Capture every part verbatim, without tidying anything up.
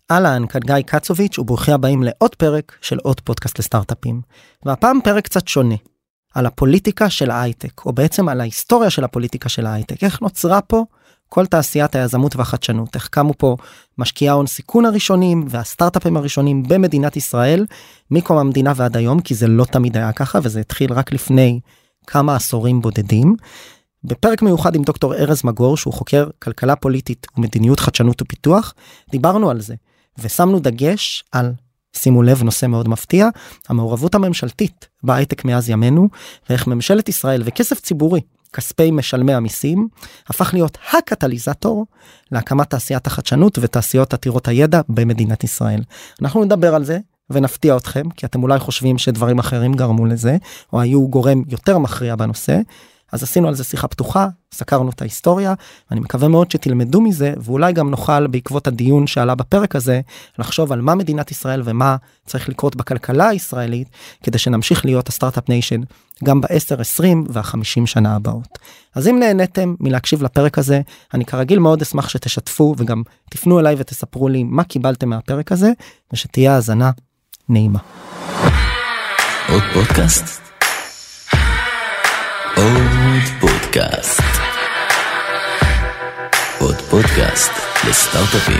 אהלן, כאן גיא קצוביץ' וברוכים הבאים לעוד פרק של עוד פודקאסט לסטארט-אפים. והפעם פרק קצת שונה, על הפוליטיקה של ההייטק, או בעצם על ההיסטוריה של הפוליטיקה של ההייטק. איך נוצרה פה כל תעשיית היזמות והחדשנות, איך קמו פה משקיעי ההון סיכון הראשונים והסטארט-אפים הראשונים במדינת ישראל, מקום המדינה ועד היום, כי זה לא תמיד היה ככה, וזה התחיל רק לפני כמה עשורים בודדים. בפרק מיוחד עם דוקטור ארז מגור, שהוא חוקר כלכלה פוליטית ומדיניות חדשנות ופיתוח, דיברנו על זה, ושמנו דגש על, שימו לב, נושא מאוד מפתיע, המעורבות הממשלתית בהייטק מאז ימינו, ואיך ממשלת ישראל וכסף ציבורי, כספי משלמי המיסים, הפך להיות הקטליזטור להקמת תעשיית החדשנות ותעשיות עתירות הידע במדינת ישראל. אנחנו נדבר על זה ונפתיע אתכם, כי אתם אולי חושבים שדברים אחרים גרמו לזה, או היו גורם יותר מכריע בנושא. אז עשינו על זה שיחה פתוחה, סקרנו את ההיסטוריה, ואני מקווה מאוד שתלמדו מזה, ואולי גם נוכל בעקבות הדיון שעלה בפרק הזה, לחשוב על מה מדינת ישראל ומה צריך לקרות בכלכלה הישראלית, כדי שנמשיך להיות הסטארט-אפ ניישן, גם ב-עשר, עשרים וה-חמישים שנה הבאות. אז אם נהניתם מלהקשיב לפרק הזה, אני כרגיל מאוד אשמח שתשתפו, וגם תפנו אליי ותספרו לי מה קיבלתם מהפרק הזה, ושתהיה האזנה נעימה. עוד פודקאסט? עוד פודקאסט. עוד פודקאסט לסטארט-אפים.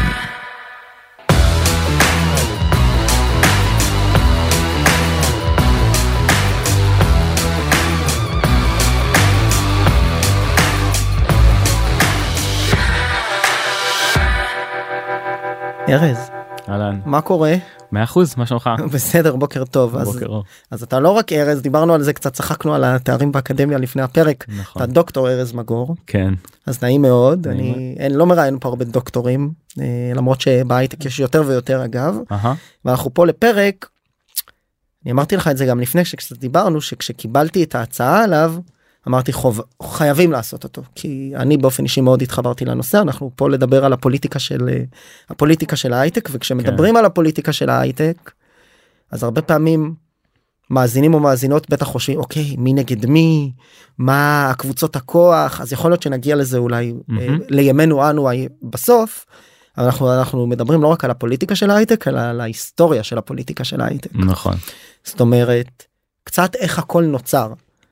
ארז, אהלן. מה קורה? מאה אחוז, מה שלומך? בסדר, בוקר טוב. בוקר אור. אז אתה לא רק ארז, דיברנו על זה, קצת צחקנו על התארים באקדמיה לפני הפרק. נכון. אתה דוקטור ארז מגור. כן. אז נעים מאוד. נעים. אני אין, לא מראיין פה הרבה דוקטורים, למרות שבהייטק יש יותר ויותר אגב. אהה. ואנחנו פה לפרק, אני אמרתי לך את זה גם לפני שקצת דיברנו, שכשקיבלתי את ההצעה עליו, אמרתי חוב, חייבים לעשות אותו, כי אני באופן אישי מאוד התחברתי לנושא, אנחנו פה לדבר על הפוליטיקה של, הפוליטיקה של ההייטק, וכשמדברים כן. על הפוליטיקה של ההייטק, אז הרבה פעמים מאזינים או מאזינות בטח חושבים, אוקיי, מי נגד מי, מה הקבוצות הכוח, אז יכול להיות שנגיע לזה אולי mm-hmm. לימינו אנו בסוף, אבל אנחנו, אנחנו מדברים לא רק על הפוליטיקה של ההייטק, אלא על ההיסטוריה של הפוליטיקה של ההייטק. נכון. זאת אומרת, קצת איך הכל נוצר.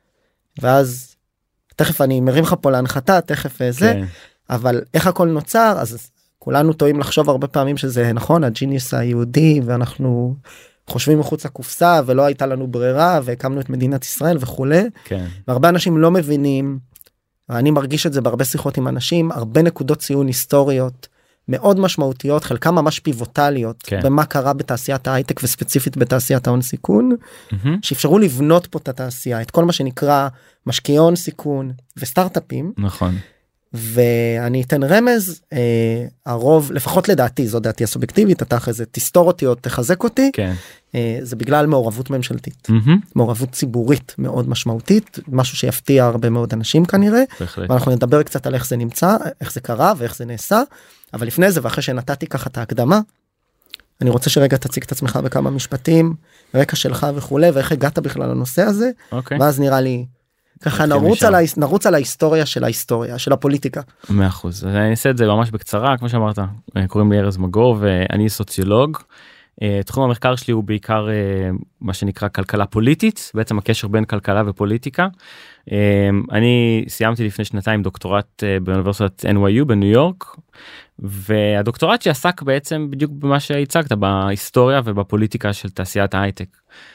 ואז תכף אני מרים לך פה להנחתה, תכף זה, כן. אבל איך הכל נוצר, אז כולנו טועים לחשוב הרבה פעמים שזה נכון, הג'יניוס היהודי, ואנחנו חושבים מחוץ לקופסה, ולא הייתה לנו ברירה, והקמנו את מדינת ישראל וכו'. כן. והרבה אנשים לא מבינים, ואני מרגיש את זה בהרבה שיחות עם אנשים, הרבה נקודות ציון היסטוריות, מאוד משמעותיות, חלקם ממש פיבוטליות, כן. במה קרה בתעשיית ההייטק וספציפית בתעשיית ההון סיכון, mm-hmm. שאפשרו לבנות פה את התעשייה, את כל מה שנקרא משקיעי הון סיכון וסטארט-אפים. נכון. ואני אתן רמז, אה, הרוב, לפחות לדעתי, זו דעתי הסובייקטיבית, אתה אחרי זה תסתור אותי או תחזק אותי, כן. אה, זה בגלל מעורבות ממשלתית, mm-hmm. מעורבות ציבורית מאוד משמעותית, משהו שיפתיע הרבה מאוד אנשים כנראה, בהחלט. ואנחנו נדבר קצת על איך זה נמצא, איך זה קרה ואיך זה נעשה, אבל לפני זה ואחרי שנתתי ככה את ההקדמה, אני רוצה שרגע תציג את עצמך בכמה משפטים, רקע שלך וכולי, ואיך הגעת בכלל לנושא הזה, אוקיי. ואז נראה לי, ככה נרוץ על, ההיס... נרוץ על ההיסטוריה של ההיסטוריה, של הפוליטיקה. מאה אחוז. אני אעשה את זה ממש בקצרה, כמו שאמרת, קוראים לי ארז מגור, ואני סוציולוג. תחום המחקר שלי הוא בעיקר מה שנקרא כלכלה פוליטית, בעצם הקשר בין כלכלה ופוליטיקה. אני סיימתי לפני שנתיים דוקטורט באוניברסיטת אן וואי יו בניו יורק, והדוקטורט שעסק בעצם בדיוק במה שהצגת, בהיסטוריה ובפוליטיקה של תעשיית ההייטק.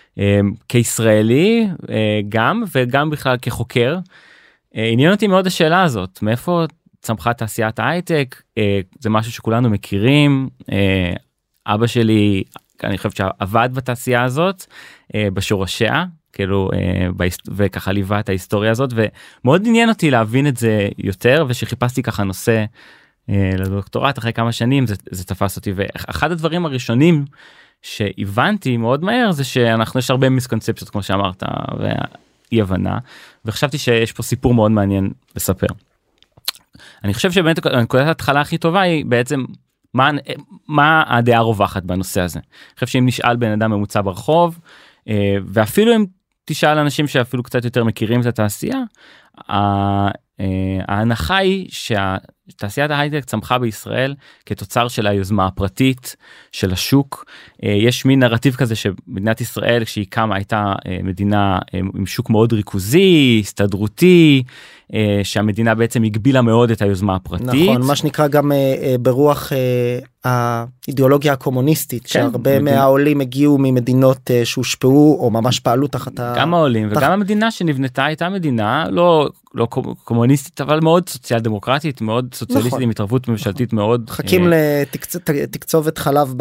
כישראלי גם, וגם בכלל כחוקר, עניין אותי מאוד השאלה הזאת, מאיפה צמחה תעשיית ההייטק, זה משהו שכולנו מכירים, אבא שלי, אני חושב שעבד בתעשייה הזאת, בשורשיה, כאילו, וככה ליווה את ההיסטוריה הזאת, ומאוד עניין אותי להבין את זה יותר, ושחיפשתי ככה נושא לדוקטורט אחרי כמה שנים, זה, זה תפס אותי, ואחד הדברים הראשונים שהבנתי מאוד מהר, זה שאנחנו, יש הרבה מיסקונספציות, כמו שאמרת, ואי הבנה, וחשבתי שיש פה סיפור מאוד מעניין לספר. אני חושב שבאמת, נקודת ההתחלה הכי טובה היא בעצם, מה, מה הדעה הרווחת בנושא הזה. אני חושב שאם נשאל בן אדם ממוצע ברחוב, ואפילו אם תשאל אנשים שאפילו קצת יותר מכירים את התעשייה, ההנחה היא שה, תעשיית ההייטק צמחה בישראל כתוצר של היוזמה הפרטית של השוק. יש מין נרטיב כזה שמדינת ישראל כשהיא קמה הייתה מדינה עם שוק מאוד ריכוזי, הסתדרותי, שהמדינה בעצם הגבילה מאוד את היוזמה הפרטית. נכון, מה שנקרא גם ברוח האידיאולוגיה הקומוניסטית, שהרבה מהעולים הגיעו ממדינות שהושפעו או ממש פעלו תחת ה... גם העולים וגם המדינה שנבנתה הייתה מדינה לא לא קומוניסטית אבל מאוד סוציאל דמוקרטית, מאוד סוציאליסטית עם התערבות ממשלתית מאוד. חכים לתקצובת חלב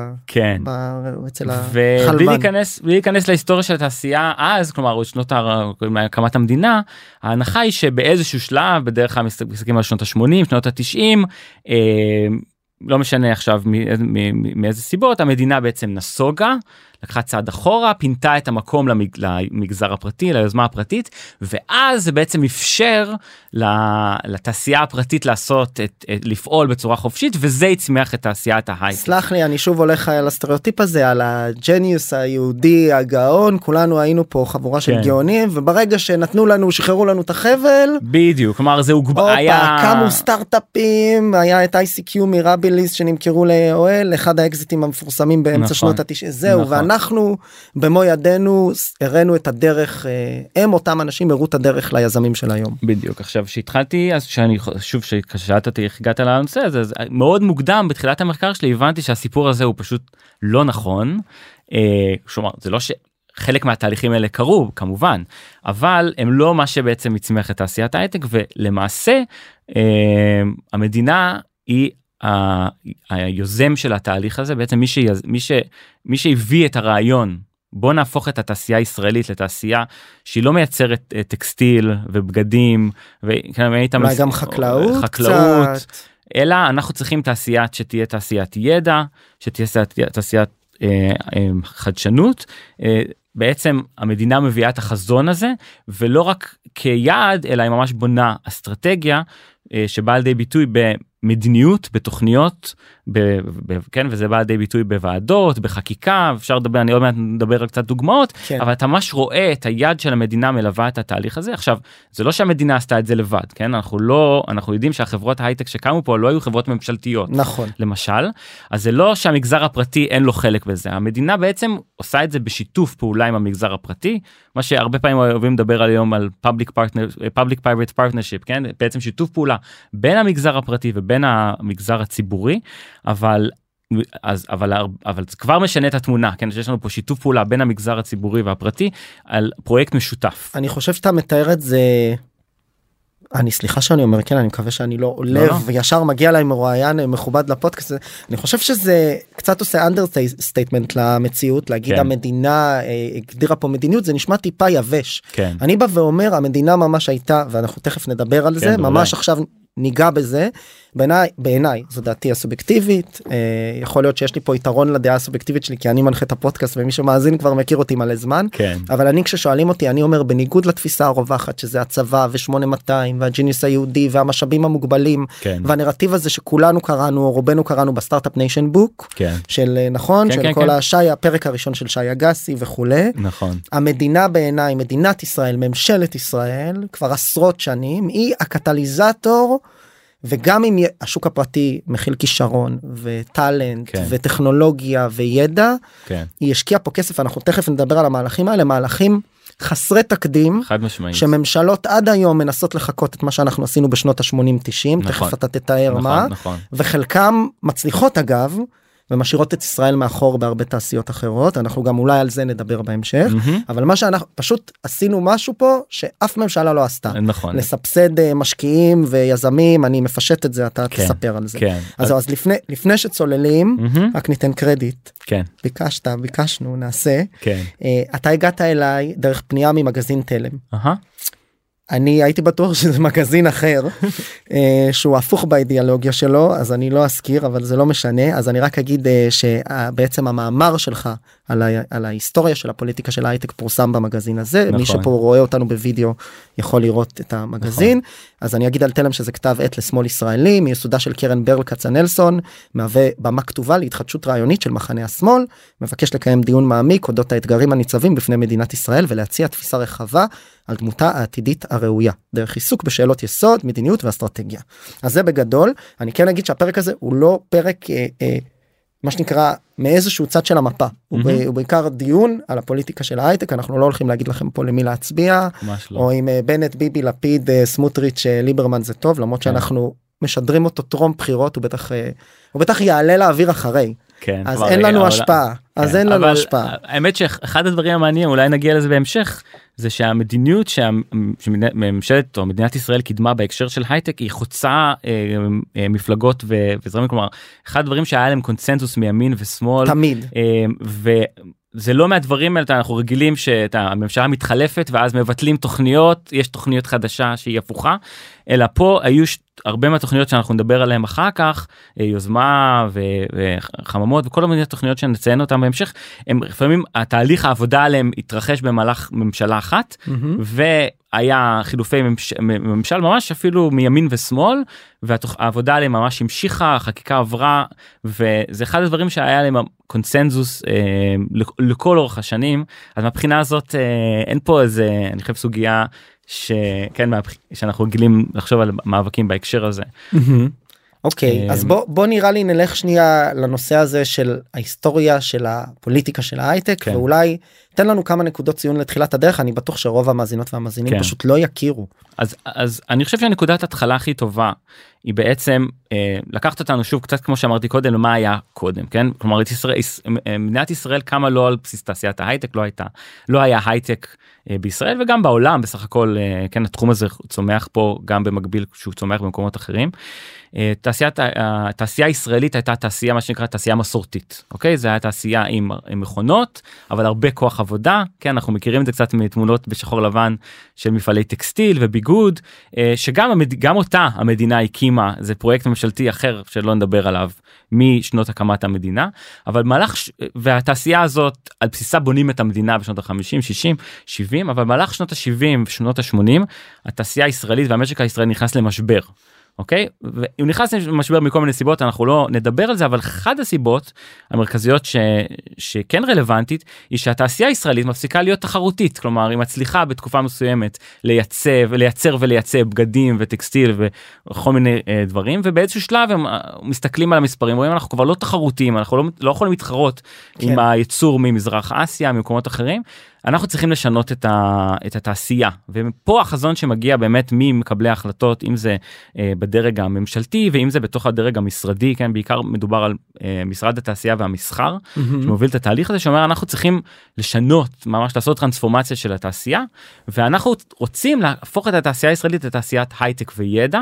אצל החלבן. ובלי להיכנס להיסטוריה של התעשייה אז, כלומר שנות הקמת המדינה, ההנחה היא שבאיזשהו שלב, בדרך כלל מסתכלים על שנות ה-שמונים, שנות ה-תשעים, לא משנה עכשיו מאיזה סיבות, המדינה בעצם נסוגה, לקחה צעד אחורה, פינתה את המקום למגזר הפרטי, ליוזמה הפרטית, ואז זה בעצם אפשר לתעשייה הפרטית לעשות, את, לפעול בצורה חופשית, וזה יצמח את תעשיית ההייטק. סלח לי, אני שוב הולך על הסטריאוטיפ הזה, על הג'ניוס היהודי, הגאון, כולנו היינו פה חבורה של גאונים, וברגע שנתנו לנו, שחררו לנו את החבל, בדיוק, כלומר זה הוגבר, היה... קמו סטארט-אפים, היה את איי סי קיו מירביליס שנמכרו לאוהל, אחד האקזיטים המפורסמים באמצע נכון, שנות ה-תשעים, זהו, נכון. אנחנו במו ידינו הראינו את הדרך, הם אותם אנשים הראו את הדרך ליזמים של היום. בדיוק, עכשיו שהתחלתי, אז שאני שוב ששאלת אותי איך הגעת לנושא הזה, אז מאוד מוקדם בתחילת המחקר שלי הבנתי שהסיפור הזה הוא פשוט לא נכון, כלומר זה לא שחלק מהתהליכים האלה קרו כמובן, אבל הם לא מה שבעצם יצמח את תעשיית ההייטק, ולמעשה המדינה היא היוזם של התהליך הזה, בעצם מי, שיז, מי, ש, מי שהביא את הרעיון, בוא נהפוך את התעשייה הישראלית לתעשייה שהיא לא מייצרת טקסטיל ובגדים, אולי גם חקלאות, חקלאות אלא אנחנו צריכים תעשייה שתהיה תעשיית ידע, שתהיה תעשיית אה, אה, חדשנות, אה, בעצם המדינה מביאה את החזון הזה, ולא רק כיעד, אלא היא ממש בונה אסטרטגיה, אה, שבאה לידי ביטוי במדיניות, בתוכניות, ב, ב, כן, וזה בא לידי ביטוי בוועדות, בחקיקה, אפשר לדבר, אני עוד מעט נדבר על קצת דוגמאות, כן. אבל אתה ממש רואה את היד של המדינה מלווה את התהליך הזה. עכשיו, זה לא שהמדינה עשתה את זה לבד, כן? אנחנו לא, אנחנו יודעים שהחברות ההייטק שקמו פה לא היו חברות ממשלתיות. נכון. למשל, אז זה לא שהמגזר הפרטי אין לו חלק בזה. המדינה בעצם עושה את זה בשיתוף פעולה עם המגזר הפרטי, מה שהרבה פעמים אוהבים לדבר על היום על public partner, public private partnership, כן? בעצם שיתוף פעולה בין המגזר הפרטי ובין המגזר הציבורי, אבל אז אבל אבל זה כבר משנה את התמונה, כן, שיש לנו פה שיתוף פעולה בין המגזר הציבורי והפרטי על פרויקט משותף. אני חושב שאתה מתאר את זה, אני סליחה שאני אומר, כן, אני מקווה שאני לא עולב, לא, וישר מגיע להם מרואיין מכובד לפודקאסט, אני חושב שזה קצת עושה אנדרסטייטמנט למציאות, להגיד כן. המדינה הגדירה פה מדיניות, זה נשמע טיפה יבש. כן. אני בא ואומר, המדינה ממש הייתה, ואנחנו תכף נדבר על כן, זה, ממש אולי. עכשיו ניגע בזה, בעיניי, בעיניי, זו דעתי הסובייקטיבית, אה, יכול להיות שיש לי פה יתרון לדעה הסובייקטיבית שלי, כי אני מנחה את הפודקאסט, ומי שמאזין כבר מכיר אותי מלא זמן, כן. אבל אני כששואלים אותי, אני אומר, בניגוד לתפיסה הרווחת, שזה הצבא ו-שמונה מאתיים, והג'יניוס היהודי, והמשאבים המוגבלים, כן. והנרטיב הזה שכולנו קראנו, או רובנו קראנו בסטארט-אפ ניישן בוק, כן. של, נכון, כן, של כן, כל כן. השי, הפרק הראשון של שי אגסי וכולי. נכון. המדינה בעיניי, מדינת ישראל, ממשלת ישראל, כבר עשרות שנים, היא הקטליזטור, וגם אם השוק הפרטי מכיל כישרון וטלנט כן. וטכנולוגיה וידע, כן. היא השקיעה פה כסף, אנחנו תכף נדבר על המהלכים האלה, מהלכים חסרי תקדים, חד משמעית. שממשלות עד היום מנסות לחכות את מה שאנחנו עשינו בשנות ה-שמונים תשעים, נכון. תכף אתה תתאר נכון, מה, נכון. וחלקם מצליחות אגב, ומשאירות את ישראל מאחור בהרבה תעשיות אחרות, אנחנו גם אולי על זה נדבר בהמשך, mm-hmm. אבל מה שאנחנו, פשוט עשינו משהו פה שאף ממשלה לא עשתה. נכון. לסבסד משקיעים ויזמים, אני מפשט את זה, אתה כן, תספר על זה. כן. אז, אז... אז לפני, לפני שצוללים, mm-hmm. רק ניתן קרדיט. כן. ביקשת, ביקשנו, נעשה. כן. Uh, אתה הגעת אליי דרך פנייה ממגזין תלם. אהה. אני הייתי בטוח שזה מגזין אחר, שהוא הפוך באידיאולוגיה שלו, אז אני לא אזכיר, אבל זה לא משנה. אז אני רק אגיד שבעצם המאמר שלך על, ה- על ההיסטוריה של הפוליטיקה של ההייטק פורסם במגזין הזה. נכון. מי שפה רואה אותנו בווידאו יכול לראות את המגזין. נכון. אז אני אגיד על תלם שזה כתב עת לשמאל ישראלי, מיסודה של קרן ברל כצנלסון, מהווה במה כתובה להתחדשות רעיונית של מחנה השמאל, מבקש לקיים דיון מעמיק אודות האתגרים הניצבים בפני מדינת ישראל, ולהציע תפיסה רחבה על דמותה העתידית הראויה, דרך עיסוק בשאלות יסוד, מדיניות ואסטרטגיה. אז זה בגדול. אני כן אגיד שהפרק הזה הוא לא פרק אה, אה, מה שנקרא מאיזשהו צד של המפה, mm-hmm. הוא, ב, הוא בעיקר דיון על הפוליטיקה של ההייטק. אנחנו לא הולכים להגיד לכם פה למי להצביע, לא. או אם בנט, ביבי, לפיד, סמוטריץ', ליברמן זה טוב, למרות כן. שאנחנו משדרים אותו טרום בחירות, הוא בטח, הוא בטח יעלה לאוויר אחרי. כן, אז אין לנו השפעה, אז אין לנו השפעה. האמת שאחד הדברים המעניינים, אולי נגיע לזה בהמשך, זה שהמדיניות שהממשלת או מדינת ישראל קידמה בהקשר של הייטק, היא חוצה מפלגות וזרמים, כלומר, אחד הדברים שהיה להם קונצנזוס מימין ושמאל. תמיד. זה לא מהדברים האלה, אנחנו רגילים שהממשלה מתחלפת ואז מבטלים תוכניות, יש תוכניות חדשה שהיא הפוכה, אלא פה היו הרבה מהתוכניות שאנחנו נדבר עליהן אחר כך, יוזמה וחממות וכל מיני תוכניות שנציין אותן בהמשך, הם לפעמים התהליך העבודה עליהם התרחש במהלך ממשלה אחת, והיה חילופי ממשל ממש אפילו מימין ושמאל, והעבודה עליהם ממש המשיכה, החקיקה עברה, וזה אחד הדברים שהיה להם קונצנזוס אה, לכל אורך השנים. אז מהבחינה הזאת אה, אין פה איזה, אני חושב סוגיה שכן, שאנחנו רגילים לחשוב על מאבקים בהקשר הזה. אוקיי, אז בוא, בוא נראה לי נלך שנייה לנושא הזה של ההיסטוריה של הפוליטיקה של ההייטק, כן. ואולי תן לנו כמה נקודות ציון לתחילת הדרך, אני בטוח שרוב המאזינות והמאזינים כן. פשוט לא יכירו. אז, אז אני חושב שהנקודת התחלה הכי טובה, היא בעצם אה, לקחת אותנו שוב קצת כמו שאמרתי קודם, למה היה קודם, כן? כלומר, את ישראל, מדינת ישראל קמה לא על בסיס תעשיית ההייטק, לא הייתה, לא היה הייטק אה, בישראל, וגם בעולם בסך הכל, אה, כן, התחום הזה צומח פה גם במקביל שהוא צומח במקומות אחרים. תעשיית, התעשייה הישראלית הייתה תעשייה, מה שנקרא תעשייה מסורתית, אוקיי? זה היה תעשייה עם, עם מכונות, אבל הרבה כוח עבודה, כן, אנחנו מכירים את זה קצת מתמונות בשחור לבן של מפעלי טקסטיל וביגוד, שגם המד... גם אותה המדינה הקימה, זה פרויקט ממשלתי אחר שלא נדבר עליו, משנות הקמת המדינה, אבל מהלך, והתעשייה הזאת, על בסיסה בונים את המדינה בשנות ה-חמישים, שישים, שבעים, אבל מהלך שנות ה-שבעים ושנות ה-שמונים, התעשייה הישראלית והמשק הישראלי נכנס למשבר. אוקיי? והוא נכנס למשבר מכל מיני סיבות, אנחנו לא נדבר על זה, אבל אחת הסיבות המרכזיות ש... שכן רלוונטית, היא שהתעשייה הישראלית מפסיקה להיות תחרותית, כלומר, היא מצליחה בתקופה מסוימת לייצב, לייצר ולייצב בגדים וטקסטיל וכל מיני אה, דברים, ובאיזשהו שלב הם מסתכלים על המספרים, רואים אנחנו כבר לא תחרותיים, אנחנו לא, לא יכולים להתחרות כן. עם הייצור ממזרח אסיה, ממקומות אחרים, אנחנו צריכים לשנות את, ה, את התעשייה, ופה החזון שמגיע באמת ממקבלי ההחלטות, אם זה אה, בדרג הממשלתי, ואם זה בתוך הדרג המשרדי, כן, בעיקר מדובר על אה, משרד התעשייה והמסחר, mm-hmm. שמוביל את התהליך הזה, שאומר, אנחנו צריכים לשנות, ממש לעשות טרנספורמציה של התעשייה, ואנחנו רוצים להפוך את התעשייה הישראלית לתעשיית הייטק וידע,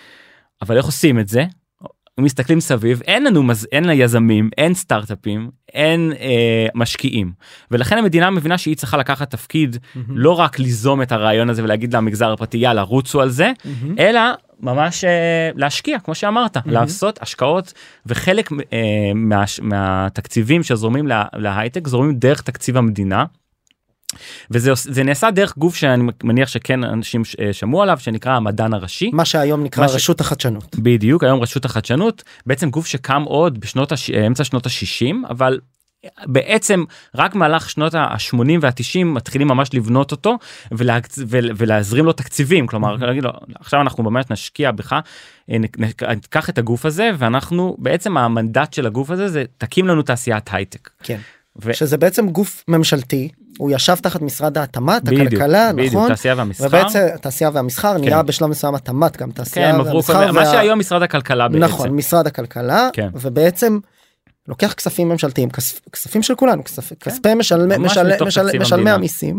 אבל איך עושים את זה? מסתכלים סביב, אין לנו, אין לה יזמים, אין סטארט-אפים, אין אה, משקיעים. ולכן המדינה מבינה שהיא צריכה לקחת תפקיד, mm-hmm. לא רק ליזום את הרעיון הזה ולהגיד למגזר הפרטי, יאללה, רוצו על זה, mm-hmm. אלא ממש אה, להשקיע, כמו שאמרת, mm-hmm. לעשות השקעות, וחלק אה, מה, מהתקציבים שזורמים לה, להייטק, זורמים דרך תקציב המדינה, וזה זה נעשה דרך גוף שאני מניח שכן אנשים שמעו עליו, שנקרא המדען הראשי. מה שהיום נקרא רשות ש... החדשנות. בדיוק, היום רשות החדשנות, בעצם גוף שקם עוד בשנות הש... אמצע שנות ה-שישים, אבל בעצם רק מהלך שנות ה-שמונים וה-תשעים מתחילים ממש לבנות אותו, ולה... ולהזרים לו תקציבים, כלומר, להגיד לו, עכשיו אנחנו באמת נשקיע בך, ניקח את הגוף הזה, ואנחנו, בעצם המנדט של הגוף הזה, זה תקים לנו תעשיית הייטק. כן. ו... שזה בעצם גוף ממשלתי, הוא ישב תחת משרד התמ"ת, הכלכלה, נכון? בדיוק, תעשייה והמסחר. ובעצם תעשייה והמסחר נהיה בשלב מסוים התמ"ת, גם תעשייה והמסחר. מה שהיום משרד הכלכלה בעצם. נכון, משרד הכלכלה, ובעצם לוקח כספים ממשלתיים, כספים של כולנו, כספי משלמי המיסים.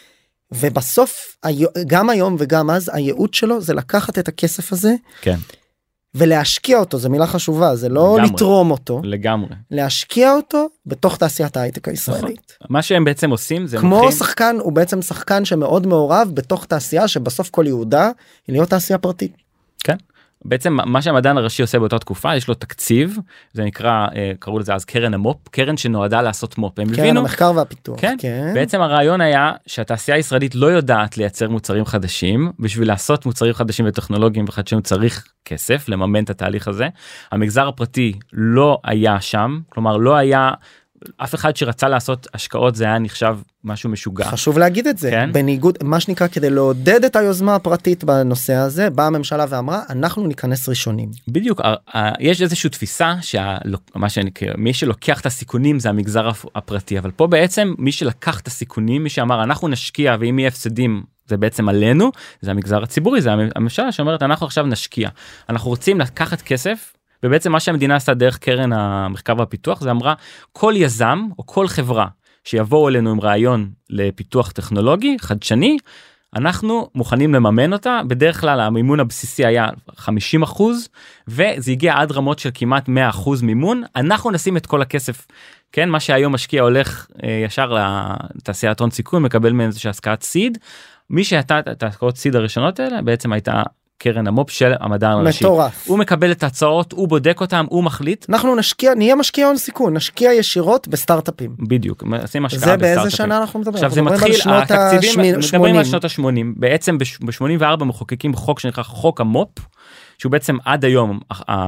ובסוף, גם היום וגם אז, הייעוד שלו זה לקחת את הכסף הזה, כן. ולהשקיע אותו, זו מילה חשובה, זה לא לגמרי, לתרום אותו. לגמרי. להשקיע אותו בתוך תעשיית ההייטק הישראלית. מה שהם בעצם עושים זה... כמו מוכרים... שחקן, הוא בעצם שחקן שמאוד מעורב בתוך תעשייה, שבסוף כל יהודה היא להיות תעשייה פרטית. כן. בעצם מה שהמדען הראשי עושה באותה תקופה, יש לו תקציב, זה נקרא, קראו לזה אז קרן המופ, קרן שנועדה לעשות מופ. הם קרן הבינו, המחקר והפיתוח. כן, כן. בעצם הרעיון היה שהתעשייה הישראלית לא יודעת לייצר מוצרים חדשים, בשביל לעשות מוצרים חדשים וטכנולוגיים וחדשים צריך כסף, לממן את התהליך הזה. המגזר הפרטי לא היה שם, כלומר לא היה אף אחד שרצה לעשות השקעות זה היה נחשב משהו משוגע. חשוב להגיד את זה, כן? בניגוד, מה שנקרא כדי לעודד את היוזמה הפרטית בנושא הזה, באה הממשלה ואמרה, אנחנו ניכנס ראשונים. בדיוק, יש איזושהי תפיסה שמה שאני, מי שלוקח את הסיכונים זה המגזר הפרטי, אבל פה בעצם מי שלקח את הסיכונים, מי שאמר אנחנו נשקיע ואם יהיה הפסדים זה בעצם עלינו, זה המגזר הציבורי, זה הממשלה שאומרת אנחנו עכשיו נשקיע, אנחנו רוצים לקחת כסף, ובעצם מה שהמדינה עשתה דרך קרן המחקר והפיתוח, זה אמרה כל יזם או כל חברה שיבואו אלינו עם רעיון לפיתוח טכנולוגי חדשני, אנחנו מוכנים לממן אותה, בדרך כלל המימון הבסיסי היה חמישים אחוז, וזה הגיע עד רמות של כמעט מאה אחוז מימון, אנחנו נשים את כל הכסף, כן, מה שהיום משקיע הולך אה, ישר לתעשיית הון סיכון, מקבל מהם איזושהי השקעת סיד, מי שהייתה את ההשקעות סיד הראשונות האלה, בעצם הייתה קרן המו"פ של המדען הראשי. מטורף. הוא מקבל את ההצעות, הוא בודק אותם, הוא מחליט. אנחנו נשקיע, נהיה משקיע הון סיכון, נשקיע ישירות בסטארט-אפים. בדיוק, עושים השקעה זה בסטארט-אפים. באיזה שנה אנחנו מדברים? עכשיו זה מתחיל, התקציבים, מדברים על שנות ה-שמונים, בעצם ב-שמונים וארבע מחוקקים חוק שנקרא חוק המו"פ, שהוא בעצם עד היום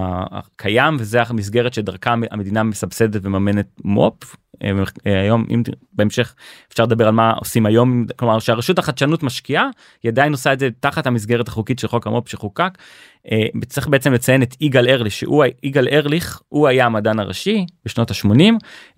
קיים, וזה המסגרת שדרכה המדינה מסבסדת ומממנת מו"פ. היום, אם בהמשך אפשר לדבר על מה עושים היום, כלומר שהרשות החדשנות משקיעה, היא עדיין עושה את זה תחת המסגרת החוקית של חוק המו"פ שחוקק. צריך בעצם לציין את יגאל ארליך, שהוא יגאל ארליך, הוא היה המדען הראשי בשנות ה-שמונים,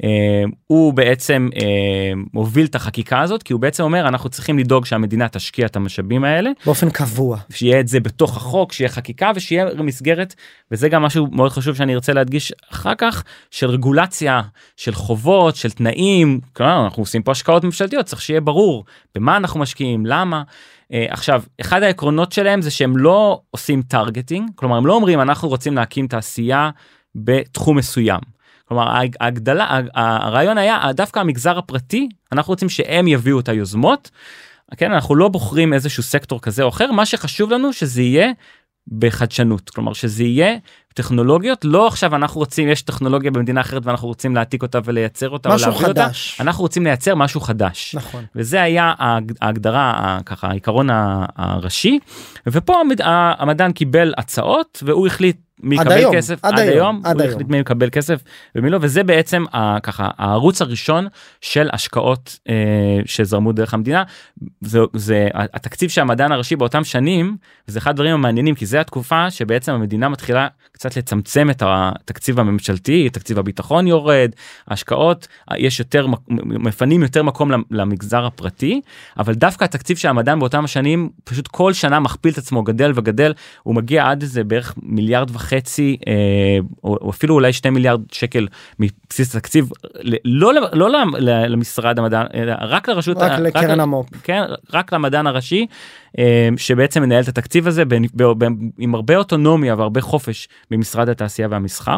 הוא בעצם מוביל את החקיקה הזאת, כי הוא בעצם אומר אנחנו צריכים לדאוג שהמדינה תשקיע את המשאבים האלה. באופן קבוע. שיהיה את זה בתוך החוק, שיהיה חקיקה ושיהיה מסגרת, וזה גם משהו מאוד חשוב שאני ארצה להדגיש אחר כך, של רגולציה, של חובות, של תנאים, כלומר אנחנו עושים פה השקעות ממשלתיות, צריך שיהיה ברור במה אנחנו משקיעים, למה. Uh, עכשיו, אחד העקרונות שלהם זה שהם לא עושים טרגטינג, כלומר הם לא אומרים אנחנו רוצים להקים תעשייה בתחום מסוים. כלומר ההגדלה, הרעיון היה דווקא המגזר הפרטי, אנחנו רוצים שהם יביאו את היוזמות, כן, אנחנו לא בוחרים איזשהו סקטור כזה או אחר, מה שחשוב לנו שזה יהיה בחדשנות, כלומר שזה יהיה טכנולוגיות, לא עכשיו אנחנו רוצים, יש טכנולוגיה במדינה אחרת ואנחנו רוצים להעתיק אותה ולייצר אותה, משהו חדש. אותה, אנחנו רוצים לייצר משהו חדש. נכון. וזה היה ההגדרה, ככה, העיקרון הראשי, ופה המדען קיבל הצעות, והוא החליט מי יקבל היום, כסף, עד, עד היום, היום, עד הוא היום. החליט מי יקבל כסף ומי לא, וזה בעצם ה, ככה, הערוץ הראשון של השקעות אה, שזרמו דרך המדינה, זה, זה התקציב שהמדען הראשי באותם שנים, וזה אחד הדברים המעניינים, כי זה התקופה שבעצם המדינה מתחילה קצת לצמצם את התקציב הממשלתי, תקציב הביטחון יורד, ההשקעות, יש יותר, מפנים יותר מקום למגזר הפרטי, אבל דווקא התקציב שהמדען באותם השנים, פשוט כל שנה מכפיל את עצמו, גדל וגדל, הוא מגיע עד איזה בערך מיליארד וחצי, אה, או, או אפילו אולי שני מיליארד שקל מבסיס התקציב, לא, לא, לא למשרד המדען, אלא רק לרשות, רק לקרן המו"פ. כן, רק למדען הראשי, אה, שבעצם מנהל את התקציב הזה, ב, ב, ב, עם הרבה אוטונומיה והרבה חופש במשרד התעשייה והמסחר.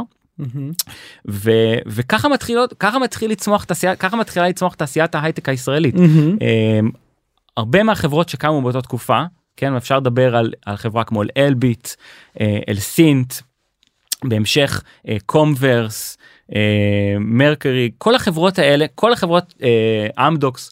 ו, וככה מתחילות, ככה מתחיל לצמוח תעשייה, ככה מתחילה לצמוח תעשיית ההייטק הישראלית. אה, הרבה מהחברות שקמו באותה תקופה, כן, אפשר לדבר על, על חברה כמו אלביט, אלסינט, בהמשך קומברס, מרקרי, כל החברות האלה, כל החברות אמדוקס,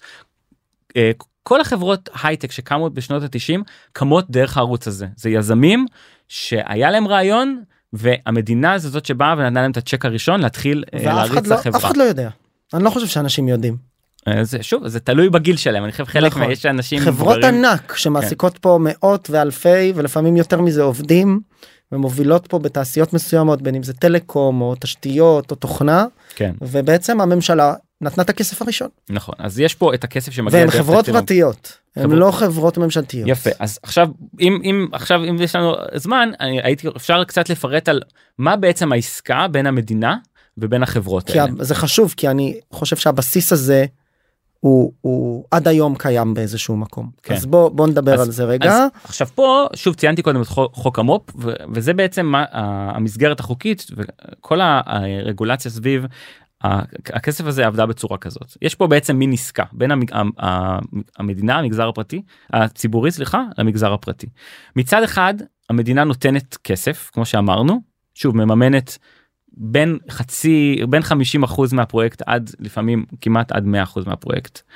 כל החברות הייטק שקמו בשנות ה-תשעים, קמות דרך הערוץ הזה. זה יזמים שהיה להם רעיון, והמדינה זו זאת שבאה ונתנה להם את הצ'ק הראשון, להתחיל להריץ לא, לחברה. אף אחד לא יודע. אני לא חושב שאנשים יודעים. זה, שוב, זה תלוי בגיל שלהם, אני חושב חלק נכון. יש אנשים... חברות גברים... ענק שמעסיקות כן. פה מאות ואלפי, ולפעמים יותר מזה עובדים, ומובילות פה בתעשיות מסוימות, בין אם זה טלקום, או תשתיות, או תוכנה, כן. ובעצם הממשלה נתנה את הכסף הראשון. נכון, אז יש פה את הכסף שמגיע... והן חברות פרטיות, הן חברות... לא חברות ממשלתיות. יפה, אז עכשיו, אם, אם, עכשיו, אם יש לנו זמן, אני, הייתי, אפשר קצת לפרט על מה בעצם העסקה בין המדינה ובין החברות האלה. זה חשוב, כי אני חושב שהבסיס הזה, הוא, הוא עד היום קיים באיזשהו מקום. כן. אז בוא, בוא נדבר אז, על זה רגע. אז עכשיו פה, שוב ציינתי קודם את חוק המו"פ, ו- וזה בעצם מה, המסגרת החוקית, וכל הרגולציה סביב, הכסף הזה עבדה בצורה כזאת. יש פה בעצם מין עסקה, בין המג... המדינה, המגזר הפרטי, הציבורי, סליחה, למגזר הפרטי. מצד אחד, המדינה נותנת כסף, כמו שאמרנו, שוב, מממנת בין חצי, בין חמישים אחוז מהפרויקט עד לפעמים כמעט עד מאה אחוז מהפרויקט.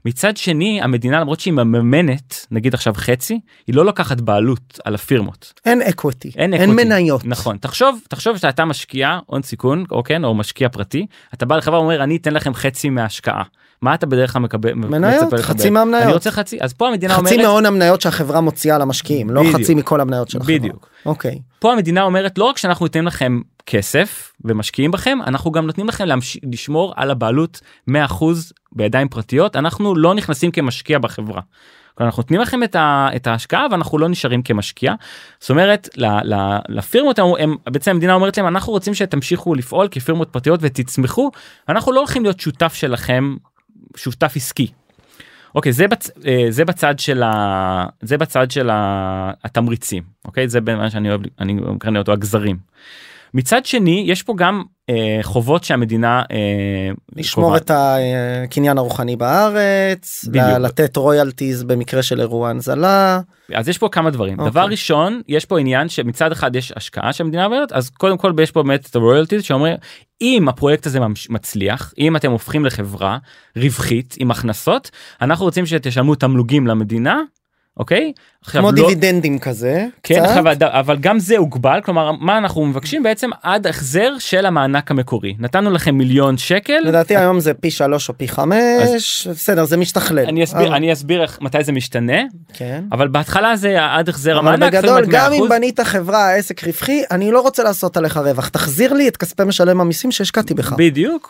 מצד שני, המדינה, למרות שהיא מממנת, נגיד עכשיו חצי, היא לא לוקחת בעלות על הפירמות. אין אקוויטי, אין, אין מניות. נכון. תחשוב, תחשוב שאתה משקיע, הון סיכון, או כן, או משקיע פרטי, אתה בא לחברה ואומר, אני אתן לכם חצי מההשקעה. מה אתה בדרך כלל מקבל? מניות, חצי מהמניות. אני רוצה חצי, אז פה המדינה אומרת... חצי מהון המניות שהחברה מוציאה למשקיעים, לא חצי מכל המניות של החברה. בדיוק. אוקיי. פה המדינה אומרת, לא רק שאנחנו ניתן לכם כסף ומשקיעים בכם, אנחנו גם נותנים לכם לשמור על הבעלות מאה אחוז בידיים פרטיות, אנחנו לא נכנסים כמשקיע בחברה. אנחנו נותנים לכם את, ה, את ההשקעה ואנחנו לא נשארים כמשקיע. זאת אומרת, לפירמות, הם, בעצם המדינה אומרת להם, אנחנו רוצים שתמשיכו לפעול כפירמות פרטיות ותצמחו, אנחנו לא הולכים להיות שותף שלכם, שותף עסקי. אוקיי, זה, בצ, זה בצד של ה, זה בצד של ה, התמריצים. אוקיי, זה במה שאני אוהב, אני מקרא אותו הגזרים. מצד שני, יש פה גם אה, חובות שהמדינה אה, לשמור קובע. את הקניין הרוחני בארץ, לתת רויאלטיז במקרה של אירוע הנזלה. אז יש פה כמה דברים. Okay. דבר ראשון, יש פה עניין שמצד אחד יש השקעה שהמדינה אומרת, אז קודם כל יש פה באמת את הרויאלטיז שאומר, אם הפרויקט הזה מצליח, אם אתם הופכים לחברה רווחית עם הכנסות, אנחנו רוצים שתשלמו תמלוגים למדינה, אוקיי? כמו דיבידנדים כזה. כן, אבל גם זה הוגבל, כלומר, מה אנחנו מבקשים בעצם עד החזר של המענק המקורי. נתנו לכם מיליון שקל. לדעתי היום זה פי שלוש או פי חמש, בסדר, זה משתכלל. אני אסביר מתי זה משתנה, אבל בהתחלה זה עד החזר המענק. אבל בגדול, גם אם בנית חברה, עסק רווחי, אני לא רוצה לעשות עליך רווח, תחזיר לי את כספי משלם המיסים שהשקעתי בך. בדיוק,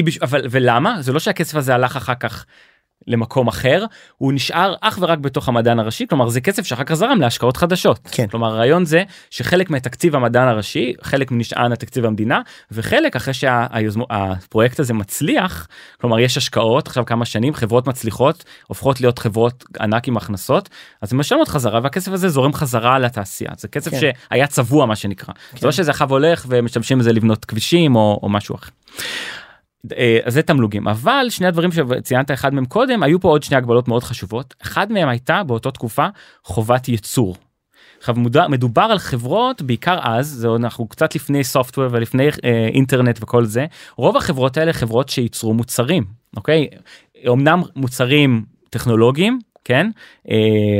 ולמה? זה לא שהכסף הזה הלך אחר כך למקום אחר, הוא נשאר אך ורק בתוך המדען הראשי, כלומר זה כסף שאחר כך זרם להשקעות חדשות. כן. כלומר הרעיון זה שחלק מהתקציב המדען הראשי, חלק נשען התקציב המדינה, וחלק אחרי שהפרויקט הזה מצליח, כלומר יש השקעות, עכשיו כמה שנים, חברות מצליחות, הופכות להיות חברות ענק עם הכנסות, אז הן משלמות חזרה, והכסף הזה זורם חזרה לתעשייה. זה כסף כן. שהיה צבוע מה שנקרא. כן. זה לא שזה אחר הולך ומשתמשים בזה לבנות כבישים או, או משהו אחר. אז זה תמלוגים, אבל שני הדברים שציינת אחד מהם קודם, היו פה עוד שני הגבלות מאוד חשובות. אחד מהם הייתה באותו תקופה חובת ייצור. עכשיו מדובר על חברות, בעיקר אז, זה אנחנו קצת לפני סופטוור ולפני אה, אינטרנט וכל זה, רוב החברות האלה חברות שייצרו מוצרים, אוקיי? אמנם מוצרים טכנולוגיים, כן? אה,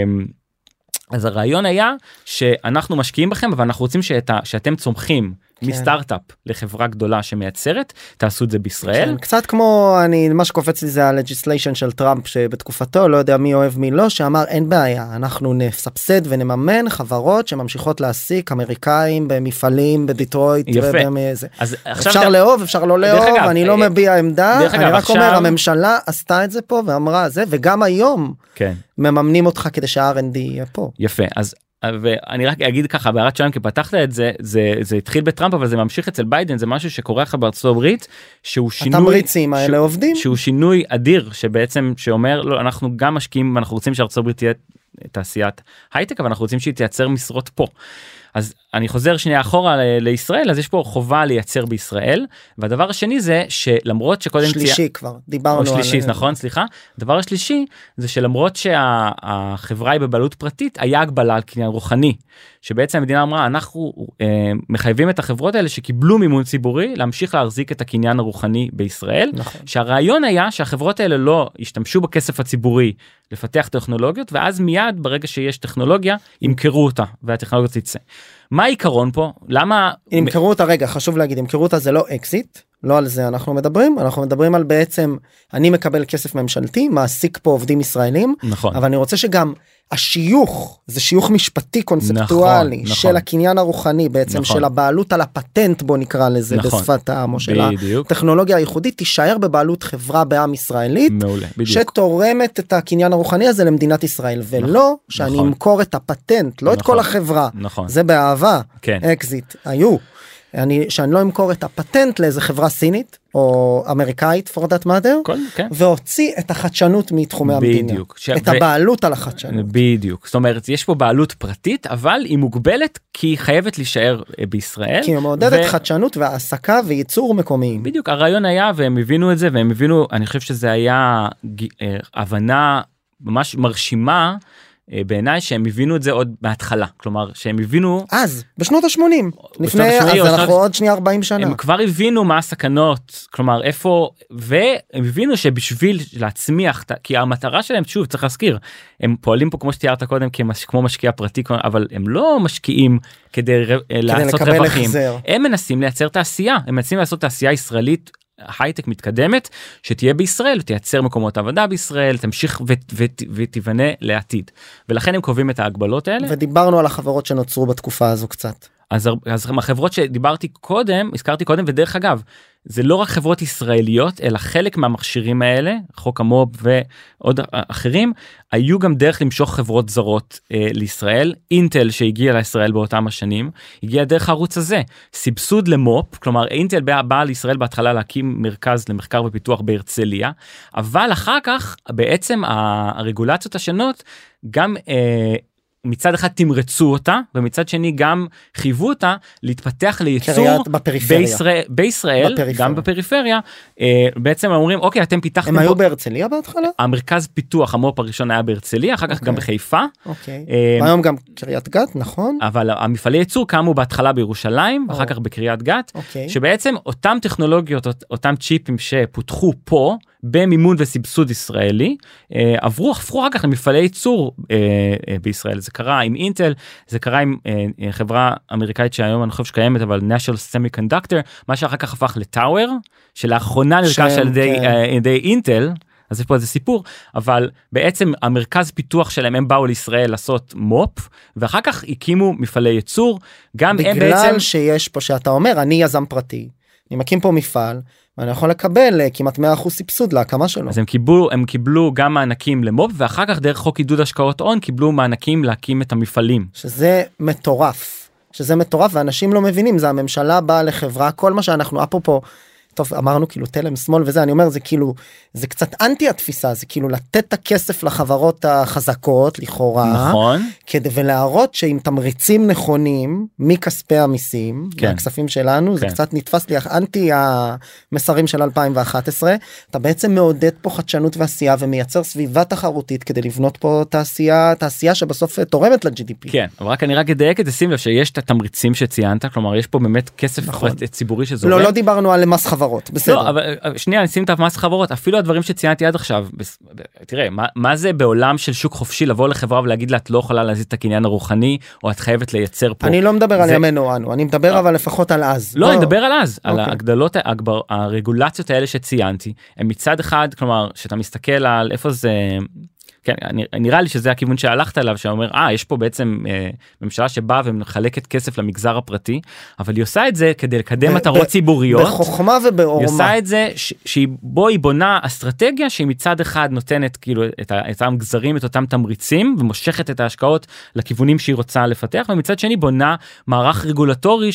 אז הרעיון היה שאנחנו משקיעים בכם, אבל אנחנו רוצים שאת, שאתם צומחים כן. מסטארט-אפ לחברה גדולה שמייצרת, תעשו את זה בישראל. כן, קצת כמו, אני, מה שקופץ לי זה הלג'יסליישן של טראמפ שבתקופתו, לא יודע מי אוהב מי לא, שאמר אין בעיה, אנחנו נסבסד ונממן חברות שממשיכות להעסיק אמריקאים במפעלים בדיטרויט. יפה. ובאיזה. אז אפשר לאהוב, אפשר לא לאהוב, אני לא מביע עמדה, אני רק עכשיו... אומר, הממשלה עשתה את זה פה ואמרה זה, וגם היום כן. מממנים אותך כדי שה-אר אנד די יהיה פה. יפה, אז ואני רק אגיד ככה, בהערת שלנו, כי פתחת את זה, זה, זה התחיל בטראמפ, אבל זה ממשיך אצל ביידן, זה משהו שקורה לך בארצות הברית, שהוא שינוי... התמריצים האלה עובדים. שהוא שינוי אדיר, שבעצם, שאומר, לא, אנחנו גם משקיעים, אנחנו רוצים שארצות הברית תהיה תעשיית הייטק, אבל אנחנו רוצים שהיא תייצר משרות פה. אז אני חוזר שנייה אחורה לישראל, אז יש פה חובה לייצר בישראל, והדבר השני זה שלמרות שקודם... שלישי צי... כבר, דיברנו על... שלישי, נכון, סליחה. הדבר השלישי זה שלמרות שהחברה היא בבעלות פרטית, היה הגבלה על קניין רוחני, שבעצם המדינה אמרה, אנחנו אה, מחייבים את החברות האלה שקיבלו מימון ציבורי, להמשיך להחזיק את הקניין הרוחני בישראל, נכון. שהרעיון היה שהחברות האלה לא ישתמשו בכסף הציבורי לפתח טכנולוגיות, ואז מיד ברגע שיש טכנולוגיה, ימכרו אותה, והטכנולוגיה תצא. מה העיקרון פה? למה... ימכרו אותה, רגע, חשוב להגיד, ימכרו אותה זה לא אקזיט, לא על זה אנחנו מדברים, אנחנו מדברים על בעצם, אני מקבל כסף ממשלתי, מעסיק פה עובדים ישראלים, נכון. אבל אני רוצה שגם השיוך, זה שיוך משפטי קונספטואלי, נכון, של נכון. הקניין הרוחני בעצם, נכון. של הבעלות על הפטנט, בוא נקרא לזה, נכון. בשפת העם, או של הטכנולוגיה הייחודית, תישאר בבעלות חברה בעם ישראלית, מעולה, שתורמת את הקניין הרוחני הזה למדינת ישראל, ולא נכון. שאני נכון. אמכור את הפטנט, לא נכון. את כל החברה, נכון. זה באהבה, כן. אקזיט, היו. אני, שאני לא אמכור את הפטנט לאיזה חברה סינית או אמריקאית for that matter, כל, כן. והוציא את החדשנות מתחומי המדינה, ש... את ו... הבעלות על החדשנות. בדיוק, זאת אומרת יש פה בעלות פרטית, אבל היא מוגבלת כי היא חייבת להישאר בישראל. כי היא מעודדת ו... חדשנות והעסקה וייצור מקומיים. בדיוק, הרעיון היה והם הבינו את זה, והם הבינו, אני חושב שזה היה הבנה ממש מרשימה, בעיניי שהם הבינו את זה עוד בהתחלה, כלומר שהם הבינו אז בשנות ה-שמונים לפני אז אנחנו עוד שנייה ארבעים שנה הם כבר הבינו מה הסכנות, כלומר איפה, והם הבינו שבשביל להצמיח, כי המטרה שלהם, שוב צריך להזכיר, הם פועלים פה כמו שתיארת קודם כמו משקיע פרטי, אבל הם לא משקיעים כדי לעשות רווחים, הם מנסים לייצר תעשייה, הם מנסים לעשות תעשייה ישראלית הייטק מתקדמת שתהיה בישראל, תייצר מקומות עבודה בישראל, תמשיך ותבנה לעתיד. ולכן הם קובעים את ההגבלות האלה. ודיברנו על החברות שנוצרו בתקופה הזו קצת. אז, אז החברות שדיברתי קודם, הזכרתי קודם, ודרך אגב, זה לא רק חברות ישראליות, אלא חלק מהמכשירים האלה, חוק המוב ועוד אחרים, היו גם דרך למשוך חברות זרות אה, לישראל. אינטל שהגיע לישראל באותם השנים, הגיע דרך הערוץ הזה. סבסוד למופ, כלומר אינטל בא, בא לישראל בהתחלה להקים מרכז למחקר ופיתוח בהרצליה, אבל אחר כך בעצם הרגולציות השונות גם אה, מצד אחד תמרצו אותה, ומצד שני גם חייבו אותה להתפתח לייצור בישראל, בישראל גם בפריפריה, בעצם אומרים, אוקיי, אתם פיתחתם... הם היו בהרצליה בהתחלה? המרכז פיתוח, המופ הראשון היה בהרצליה, אחר כך גם בחיפה. אוקיי, והיום גם קריית גת, נכון? אבל המפעלי ייצור קמו בהתחלה בירושלים, ואחר כך בקריית גת, שבעצם אותם טכנולוגיות, אותם צ'יפים שפותחו פה, במימון וסבסוד ישראלי, עברו, הפכו אחר כך למפעלי ייצור בישראל. זה קרה עם אינטל, זה קרה עם חברה אמריקאית שהיום אני חושב שקיימת, אבל National Semiconductor, מה שאחר כך הפך לטאוור, שלאחרונה נרכש על ידי אינטל, אז יש פה איזה סיפור, אבל בעצם המרכז פיתוח שלהם, הם באו לישראל לעשות מופ, ואחר כך הקימו מפעלי ייצור, גם הם בעצם... בגלל שיש פה, שאתה אומר, אני יזם פרטי, אני מקים פה מפעל, ואני יכול לקבל כמעט מאה אחוז סבסוד להקמה שלו. אז הם קיבלו, הם קיבלו גם מענקים למוב, ואחר כך דרך חוק עידוד השקעות הון, קיבלו מענקים להקים את המפעלים. שזה מטורף, שזה מטורף, ואנשים לא מבינים, זה הממשלה באה לחברה, כל מה שאנחנו, אפרופו, טוב, אמרנו כאילו תלם שמאל וזה, אני אומר, זה כאילו, זה קצת אנטי התפיסה, זה כאילו לתת את הכסף לחברות החזקות, לכאורה, נכון. כדי ולהראות שעם תמריצים נכונים, מכספי המיסים, כן. מהכספים שלנו, כן. זה קצת נתפס לי אנטי המסרים של אלפיים ואחת עשרה, אתה בעצם מעודד פה חדשנות ועשייה, ומייצר סביבה תחרותית, כדי לבנות פה תעשייה, תעשייה שבסוף תורמת ל-ג'י די פי. כן, אבל רק אני רק אדייק את זה, שים לב שיש את התמריצים שציינת, כלומר, יש פה באמת כסף נכון. ציבורי שזורם. לא, לא דיברנו על מס חברות, בסדר. לא, אבל שנייה, נשים את המס חברות, אפילו הדברים שציינתי עד עכשיו, תראה, מה, מה זה בעולם של שוק חופשי לבוא לחברה ולהגיד לה, את לא יכולה להזיז את הקניין הרוחני, או את חייבת לייצר פה. אני לא מדבר זה... על ימינו אנו, אני מדבר אבל לפחות על אז. לא, בוא... אני מדבר על אז, okay. על ההגדלות, הגבר, הרגולציות האלה שציינתי, הם מצד אחד, כלומר, שאתה מסתכל על איפה זה... כן, נראה לי שזה הכיוון שהלכת עליו, שאומר, אה, יש פה בעצם אה, ממשלה שבאה ומחלקת כסף למגזר הפרטי, אבל היא עושה את זה כדי לקדם מטרות ציבוריות. בחוכמה ובעורמה. היא עושה את זה, שבו היא בונה אסטרטגיה, שהיא מצד אחד נותנת כאילו את אותם גזרים, את אותם תמריצים, ומושכת את ההשקעות לכיוונים שהיא רוצה לפתח, ומצד שני בונה מערך רגולטורי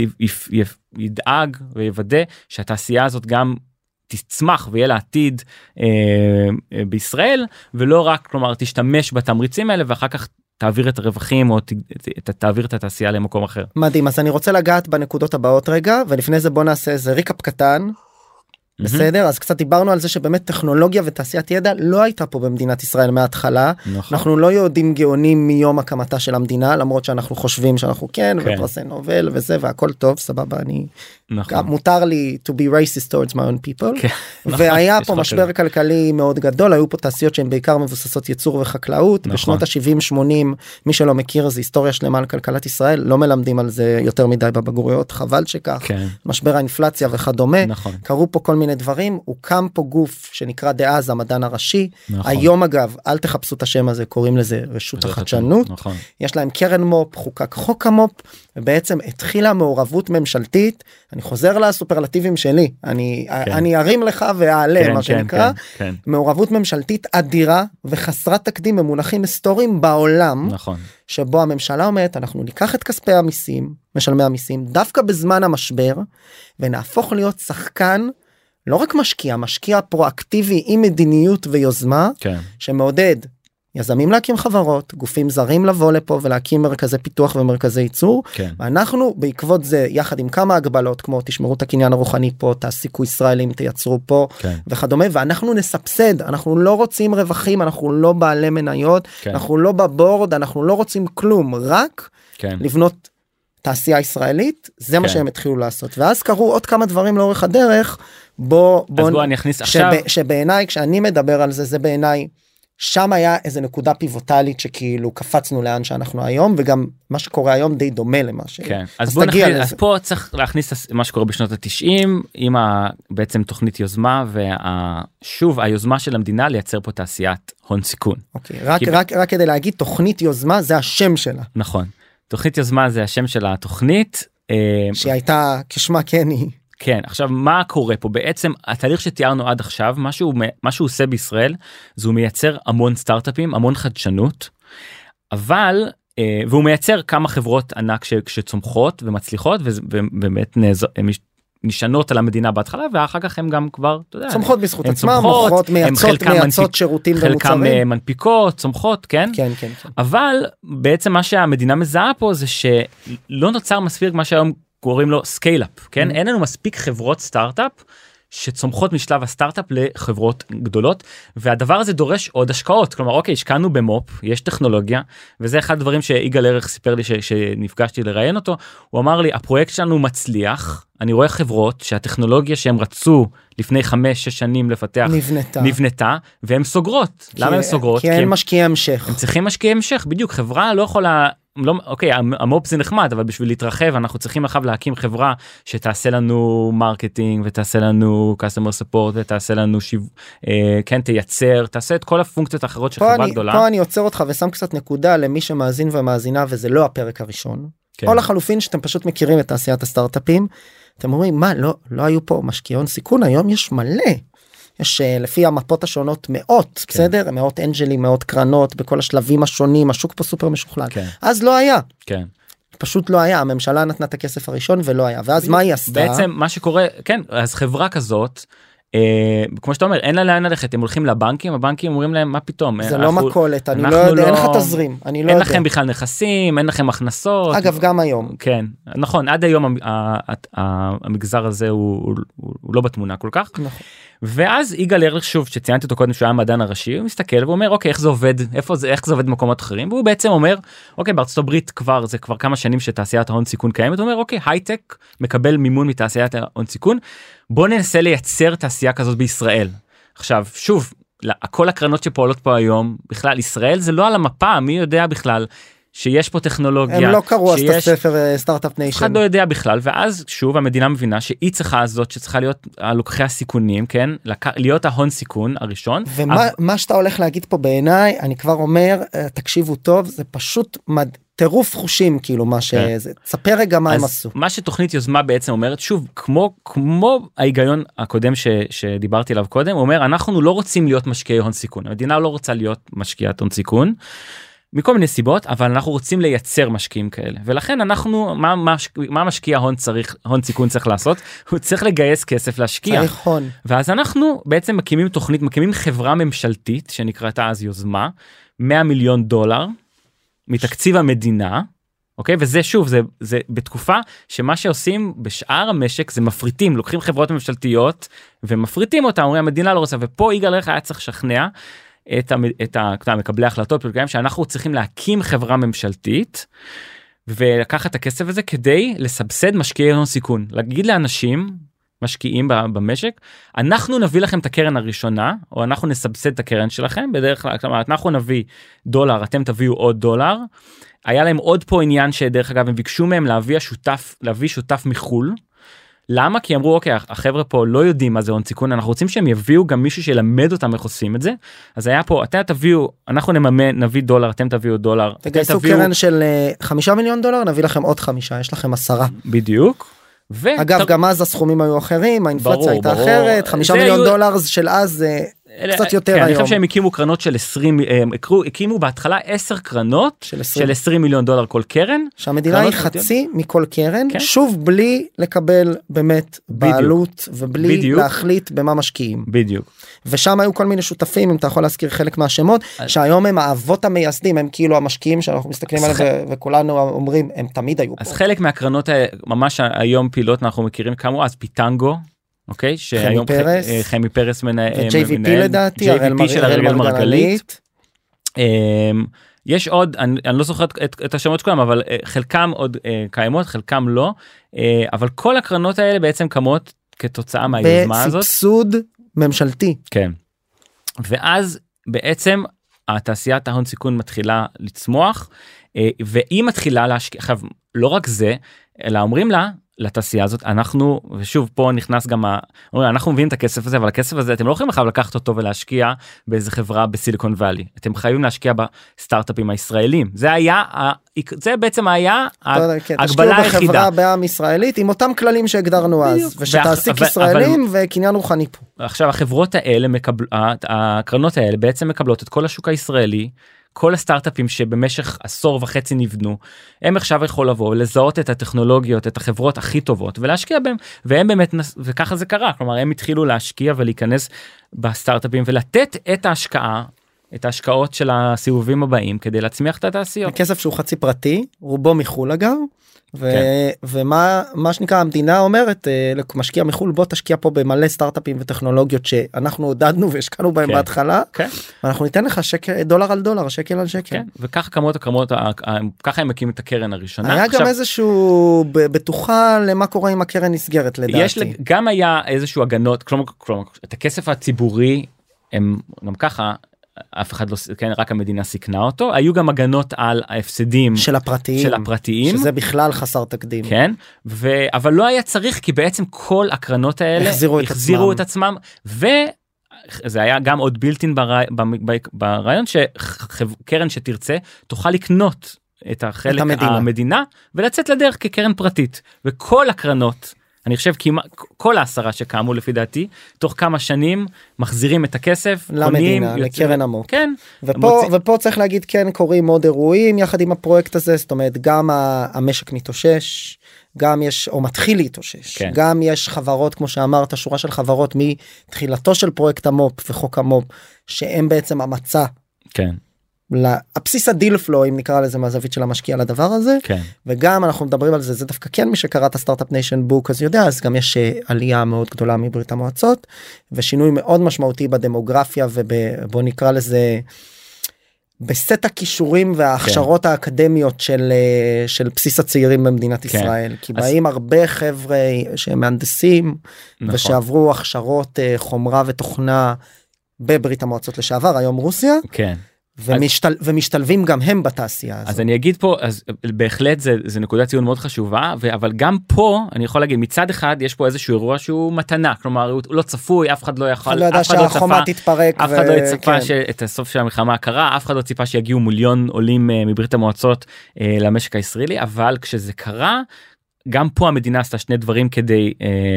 שידאג ויוודא שהתעשייה הזאת גם תצמח ויהיה לה עתיד אה, אה, בישראל, ולא רק, כלומר, תשתמש בתמריצים האלה, ואחר כך תעביר את הרווחים, או ת, ת, תעביר את התעשייה למקום אחר. מדהים, אז אני רוצה לגעת בנקודות הבאות רגע, ולפני זה בוא נעשה איזה ריקאפ קטן, בסדר? אז קצת דיברנו על זה שבאמת טכנולוגיה ותעשיית ידע לא הייתה פה במדינת ישראל מההתחלה. נכון. אנחנו לא יודעים גאונים מיום הקמתה של המדינה, למרות שאנחנו חושבים שאנחנו כן, כן. ופרסי נובל וזה, והכל טוב, סבבה, אני... נכון. מותר לי to be racist towards my own people. כן. והיה נכון, פה משבר כזה. כלכלי מאוד גדול, היו פה תעשיות שהן בעיקר מבוססות ייצור וחקלאות. נכון. בשנות ה-שבעים שמונים, מי שלא מכיר, זה היסטוריה שלמה על כלכלת ישראל, לא מלמדים על זה יותר מדי בבגרויות, חבל שכך. כן. משבר האינפלציה וכדומה. נכון. קרו פה כל מיני דברים, הוקם פה גוף שנקרא דאז המדען הראשי, נכון. היום אגב, אל תחפשו את השם הזה, קוראים לזה רשות החדשנות, נכון. יש להם קרן מופ, חוקק חוק המופ, ובעצם התחילה מעורבות ממשלתית, אני חוזר לסופרלטיבים שלי, אני, כן. אני ארים לך ואעלה, כן, מה שנקרא, כן, כן, כן. מעורבות ממשלתית אדירה, וחסרת תקדים במונחים היסטוריים בעולם, נכון. שבו הממשלה אומרת, אנחנו ניקח את כספי המיסים, משלמי המיסים, דווקא בזמן המשבר, ונהפוך להיות שחקן, לא רק משקיע, משקיע פרואקטיבי עם מדיניות ויוזמה, כן. שמעודד יזמים להקים חברות, גופים זרים לבוא לפה ולהקים מרכזי פיתוח ומרכזי ייצור, כן. ואנחנו בעקבות זה, יחד עם כמה הגבלות, כמו תשמרו את הקניין הרוחני פה, תעסיקו ישראלים, תייצרו פה, כן. וכדומה, ואנחנו נסבסד, אנחנו לא רוצים רווחים, אנחנו לא בעלי מניות, כן. אנחנו לא בבורד, אנחנו לא רוצים כלום, רק כן. לבנות תעשייה ישראלית, זה כן. מה שהם התחילו לעשות, ואז קרו עוד כמה דברים לאורך הדרך, בוא, בוא, אז בוא אני אכניס עכשיו, שב, שבעיניי, כשאני מדבר על זה, זה בעיניי, שם היה איזה נקודה פיבוטלית שכאילו קפצנו לאן שאנחנו היום, וגם מה שקורה היום די דומה למה ש... כן. אז, אז בוא נכניס, אז פה צריך להכניס מה שקורה בשנות ה-תשעים, עם ה, בעצם תוכנית יוזמה, ושוב, היוזמה של המדינה לייצר פה תעשיית הון סיכון. אוקיי, רק, כי... רק, רק כדי להגיד, תוכנית יוזמה זה השם שלה. נכון. תוכנית יוזמה זה השם של התוכנית. שהייתה כשמה כן היא. כן, עכשיו מה קורה פה? בעצם התהליך שתיארנו עד עכשיו, מה שהוא, מה שהוא עושה בישראל, זה הוא מייצר המון סטארט-אפים, המון חדשנות, אבל, והוא מייצר כמה חברות ענק ש, שצומחות ומצליחות, ובאמת נשענות על המדינה בהתחלה, ואחר כך הם גם כבר, אתה יודע, צומחות בזכות עצמם, מוכרות, מייצרות, מייצרות שירותים ומוצרים. חלקם מנפיקות, צומחות, כן? כן, כן, כן. אבל בעצם מה שהמדינה מזהה פה, זה שלא נוצר מספיק מה שהיום קוראים לו סקייל-אפ, כן? Mm-hmm. אין לנו מספיק חברות סטארט-אפ שצומחות משלב הסטארט-אפ לחברות גדולות, והדבר הזה דורש עוד השקעות. כלומר, אוקיי, השקענו במופ, יש טכנולוגיה, וזה אחד הדברים שיגאל ערך סיפר לי ש- שנפגשתי לראיין אותו, הוא אמר לי, הפרויקט שלנו מצליח, אני רואה חברות שהטכנולוגיה שהם רצו לפני חמש, שש שנים לפתח, נבנתה, נבנתה והם סוגרות. כי, למה הם סוגרות? כי אין משקיעי המשך. הם צריכים משקיעי המשך, בדיוק, חברה לא יכולה, לא, אוקיי, המופ זה נחמד, אבל בשביל להתרחב, אנחנו צריכים עכשיו להקים חברה שתעשה לנו מרקטינג, ותעשה לנו customer support, ותעשה לנו שיו, אה, כן, תייצר, תעשה את כל הפונקציות האחרות של חברה אני, גדולה. פה אני עוצר אותך ושם קצת נקודה למי שמאזין ומאזינה, וזה לא הפרק הראשון. כן. או לחלופין שאתם פשוט מכירים את תעשיית הסטארט-אפים, אתם אומרים, מה, לא, לא היו פה משקיעון סיכון, היום יש מלא. יש לפי המפות השונות מאות, כן. בסדר? מאות אנג'לים, מאות קרנות, בכל השלבים השונים, השוק פה סופר משוכלל. כן. אז לא היה. כן. פשוט לא היה, הממשלה נתנה את הכסף הראשון ולא היה, ואז מה היא עשתה? בעצם מה שקורה, כן, אז חברה כזאת, אה, כמו שאתה אומר, אין לה לאן ללכת, הם הולכים לבנקים, הבנקים אומרים להם, מה פתאום? זה לא מקולת, אני לא יודע, אין לך תזרים, אני לא יודע. אין לכם בכלל נכסים, אין לכם הכנסות. אגב, גם היום. כן, נכון, עד היום המגזר הזה הוא לא בתמונה כל כך. נכון. ואז יגאל ערך, שוב, שציינתי אותו קודם שהוא היה המדען הראשי, הוא מסתכל ואומר, אוקיי, איך זה עובד, איפה זה, איך זה עובד במקומות אחרים, והוא בעצם אומר, אוקיי, בארצות הברית כבר, זה כבר כמה שנים שתעשיית ההון סיכון קיימת, הוא אומר, אוקיי, הייטק מקבל מימון מתעשיית ההון סיכון, בוא ננסה לייצר תעשייה כזאת בישראל. עכשיו, שוב, כל הקרנות שפועלות פה היום, בכלל, ישראל זה לא על המפה, מי יודע בכלל, שיש פה טכנולוגיה. הם לא קראו אז את הספר סטארט-אפ ניישן. אחד לא יודע בכלל, ואז שוב המדינה מבינה שהיא צריכה הזאת, שצריכה להיות הלוקחי הסיכונים, כן? להיות ההון סיכון הראשון. ומה מה שאתה הולך להגיד פה בעיניי, אני כבר אומר, תקשיבו טוב, זה פשוט טירוף חושים, כאילו מה שזה. תספר רגע מה הם עשו. מה שתוכנית יוזמה בעצם אומרת, שוב, כמו, כמו ההיגיון הקודם ש, שדיברתי עליו קודם, הוא אומר, אנחנו לא רוצים להיות משקיעי הון סיכון. המדינה לא רוצה להיות משקיעת הון סיכון. מכל מיני סיבות, אבל אנחנו רוצים לייצר משקיעים כאלה, ולכן אנחנו, מה, מה, מה משקיע הון צריך, הון סיכון צריך לעשות? הוא צריך לגייס כסף להשקיע. צריך הון. ואז אנחנו בעצם מקימים תוכנית, מקימים חברה ממשלתית, שנקראתה אז יוזמה, מאה מיליון דולר, מתקציב המדינה, אוקיי? וזה שוב, זה, זה בתקופה שמה שעושים בשאר המשק, זה מפריטים, לוקחים חברות ממשלתיות, ומפריטים אותם, אומרים, המדינה לא רוצה, ופה יגאל ערך היה צריך לשכנע, את, את, את מקבלי ההחלטות, שאנחנו צריכים להקים חברה ממשלתית, ולקחת את הכסף הזה כדי לסבסד משקיעי הון סיכון. להגיד לאנשים, משקיעים במשק, אנחנו נביא לכם את הקרן הראשונה, או אנחנו נסבסד את הקרן שלכם, בדרך כלל, כלומר, אנחנו נביא דולר, אתם תביאו עוד דולר, היה להם עוד פה עניין שדרך אגב, הם ביקשו מהם להביא שותף, להביא שותף מחול, למה? כי אמרו, אוקיי, החבר'ה פה לא יודעים מה זה הון סיכון, אנחנו רוצים שהם יביאו גם מישהו שילמד אותם איך עושים את זה, אז היה פה, אתם תביאו, אנחנו נממן, נביא דולר, אתם תביאו דולר. תגייסו קרן של חמישה מיליון דולר, נביא לכם עוד חמישה, יש לכם עשרה. בדיוק. אגב, גם אז הסכומים היו אחרים, האינפלציה הייתה אחרת, חמישה מיליון דולר של אז זה קצת יותר כן, היום. אני חושב שהם הקימו קרנות של עשרים, הם הקימו בהתחלה עשר קרנות של עשרים. של עשרים מיליון דולר כל קרן. שהמדינה היא חצי מכל קרן, כן. שוב בלי לקבל באמת בדיוק. בעלות, ובלי בדיוק. להחליט במה משקיעים. בדיוק. ושם היו כל מיני שותפים, אם אתה יכול להזכיר חלק מהשמות, שהיום הם האבות המייסדים, הם כאילו המשקיעים שאנחנו מסתכלים עליהם, וכולנו אומרים, הם תמיד היו פה. אז חלק מהקרנות ממש היום פעילות אנחנו מכירים כמה, אז פיטנגו, אוקיי? חמי פרס. חמי פרס מנהל. ו-ג'יי וי פי לדעתי, ג'יי וי פי של הרגל מרגלית. יש עוד, אני, אני לא זוכר את, את השמות שלהם, אבל חלקם עוד קיימות, חלקם לא, אבל כל הקרנות האלה בעצם קמות כתוצאה מהיוזמה הזאת. בסבסוד ממשלתי. כן. ואז בעצם התעשיית ההון סיכון מתחילה לצמוח, והיא מתחילה להשקיע, עכשיו, לא רק זה, אלא אומרים לה, לתעשייה הזאת, אנחנו, ושוב, פה נכנס גם, אומרים, אנחנו מביאים את הכסף הזה, אבל הכסף הזה, אתם לא יכולים עכשיו לקחת אותו ולהשקיע באיזה חברה בסיליקון ואלי. אתם חייבים להשקיע בסטארט-אפים הישראלים. זה היה, זה בעצם היה ההגבלה היחידה. תשקיעו בחברה בעם ישראלית, עם אותם כללים שהגדרנו אז, ושתעסיק ישראלים וקניין רוחני פה. עכשיו, החברות האלה, הקרנות האלה, בעצם מקבלות את כל השוק הישראלי, כל הסטארט-אפים שבמשך עשור וחצי נבנו, הם עכשיו יכול לבוא לזהות את הטכנולוגיות, את החברות הכי טובות, ולהשקיע בהם, והם באמת, וככה זה קרה, כלומר, הם התחילו להשקיע ולהיכנס בסטארט-אפים, ולתת את ההשקעה, את ההשקעות של הסיבובים הבאים, כדי להצמיח את התעשיות. כסף שהוא חצי פרטי, רובו מחול אגב, ו- כן. ומה מה שנקרא המדינה אומרת, משקיע מחול, בוא תשקיע פה במלא סטארט-אפים וטכנולוגיות שאנחנו עודדנו והשקענו בהם כן. בהתחלה, כן. ואנחנו ניתן לך שקל, דולר על דולר, שקל על שקל. כן. וככה כמות הקרמות, ככה הם מקים את הקרן הראשונה. היה עכשיו, גם איזשהו בטוחה למה קורה אם הקרן נסגרת לדעתי. יש גם היה איזשהו הגנות, כלומר, כלומר, את הכסף הציבורי, הם גם ככה, אף אחד לא, כן, רק המדינה סיכנה אותו, היו גם הגנות על ההפסדים של הפרטיים, של הפרטיים, שזה בכלל חסר תקדים. כן, ו, אבל לא היה צריך, כי בעצם כל הקרנות האלה החזירו את החזירו עצמם. את עצמם, וזה היה גם עוד בילטין ברעי, ברעיון שקרן שתרצה, תוכל לקנות את החלק את המדינה. המדינה, ולצאת לדרך כקרן פרטית, וכל הקרנות, אני חושב כמעט כל העשרה שקמו לפי דעתי, תוך כמה שנים מחזירים את הכסף, למדינה, לקרן עמוק. כן. ופה, מוציא... ופה צריך להגיד כן קורים עוד אירועים יחד עם הפרויקט הזה, זאת אומרת גם המשק מתאושש, גם יש, או מתחיל להתאושש, כן. גם יש חברות כמו שאמרת, שורה של חברות מתחילתו של פרויקט המופ וחוק המופ, שהם בעצם המצע. כן. הבסיס הדיל פלו אם נקרא לזה מהזווית של המשקיע לדבר הזה, כן. וגם אנחנו מדברים על זה, זה דווקא כן מי שקרא את הסטארט-אפ ניישן בוק אז יודע, אז גם יש עלייה מאוד גדולה מברית המועצות ושינוי מאוד משמעותי בדמוגרפיה ובוא נקרא לזה בסט הכישורים וההכשרות כן. האקדמיות של, של בסיס הצעירים במדינת כן. ישראל, כי אז... באים הרבה חבר'ה שהם מהנדסים נכון. ושעברו הכשרות חומרה ותוכנה בברית המועצות לשעבר, היום רוסיה. כן. ומשתל, אז, ומשתלבים גם הם בתעשייה הזאת. אז אני אגיד פה, אז בהחלט זה, זה נקודת ציון מאוד חשובה, ו, אבל גם פה אני יכול להגיד, מצד אחד יש פה איזשהו אירוע שהוא מתנה, כלומר הוא לא צפוי, אף אחד לא יכול, לא אף אחד לא צפה, תתפרק אף אחד ו... לא צפה כן. שאת הסוף של המלחמה הקרה, אף אחד לא ציפה שיגיעו מיליון עולים מברית המועצות אה, למשק הישראלי, אבל כשזה קרה, גם פה המדינה עשתה שני דברים כדי אה,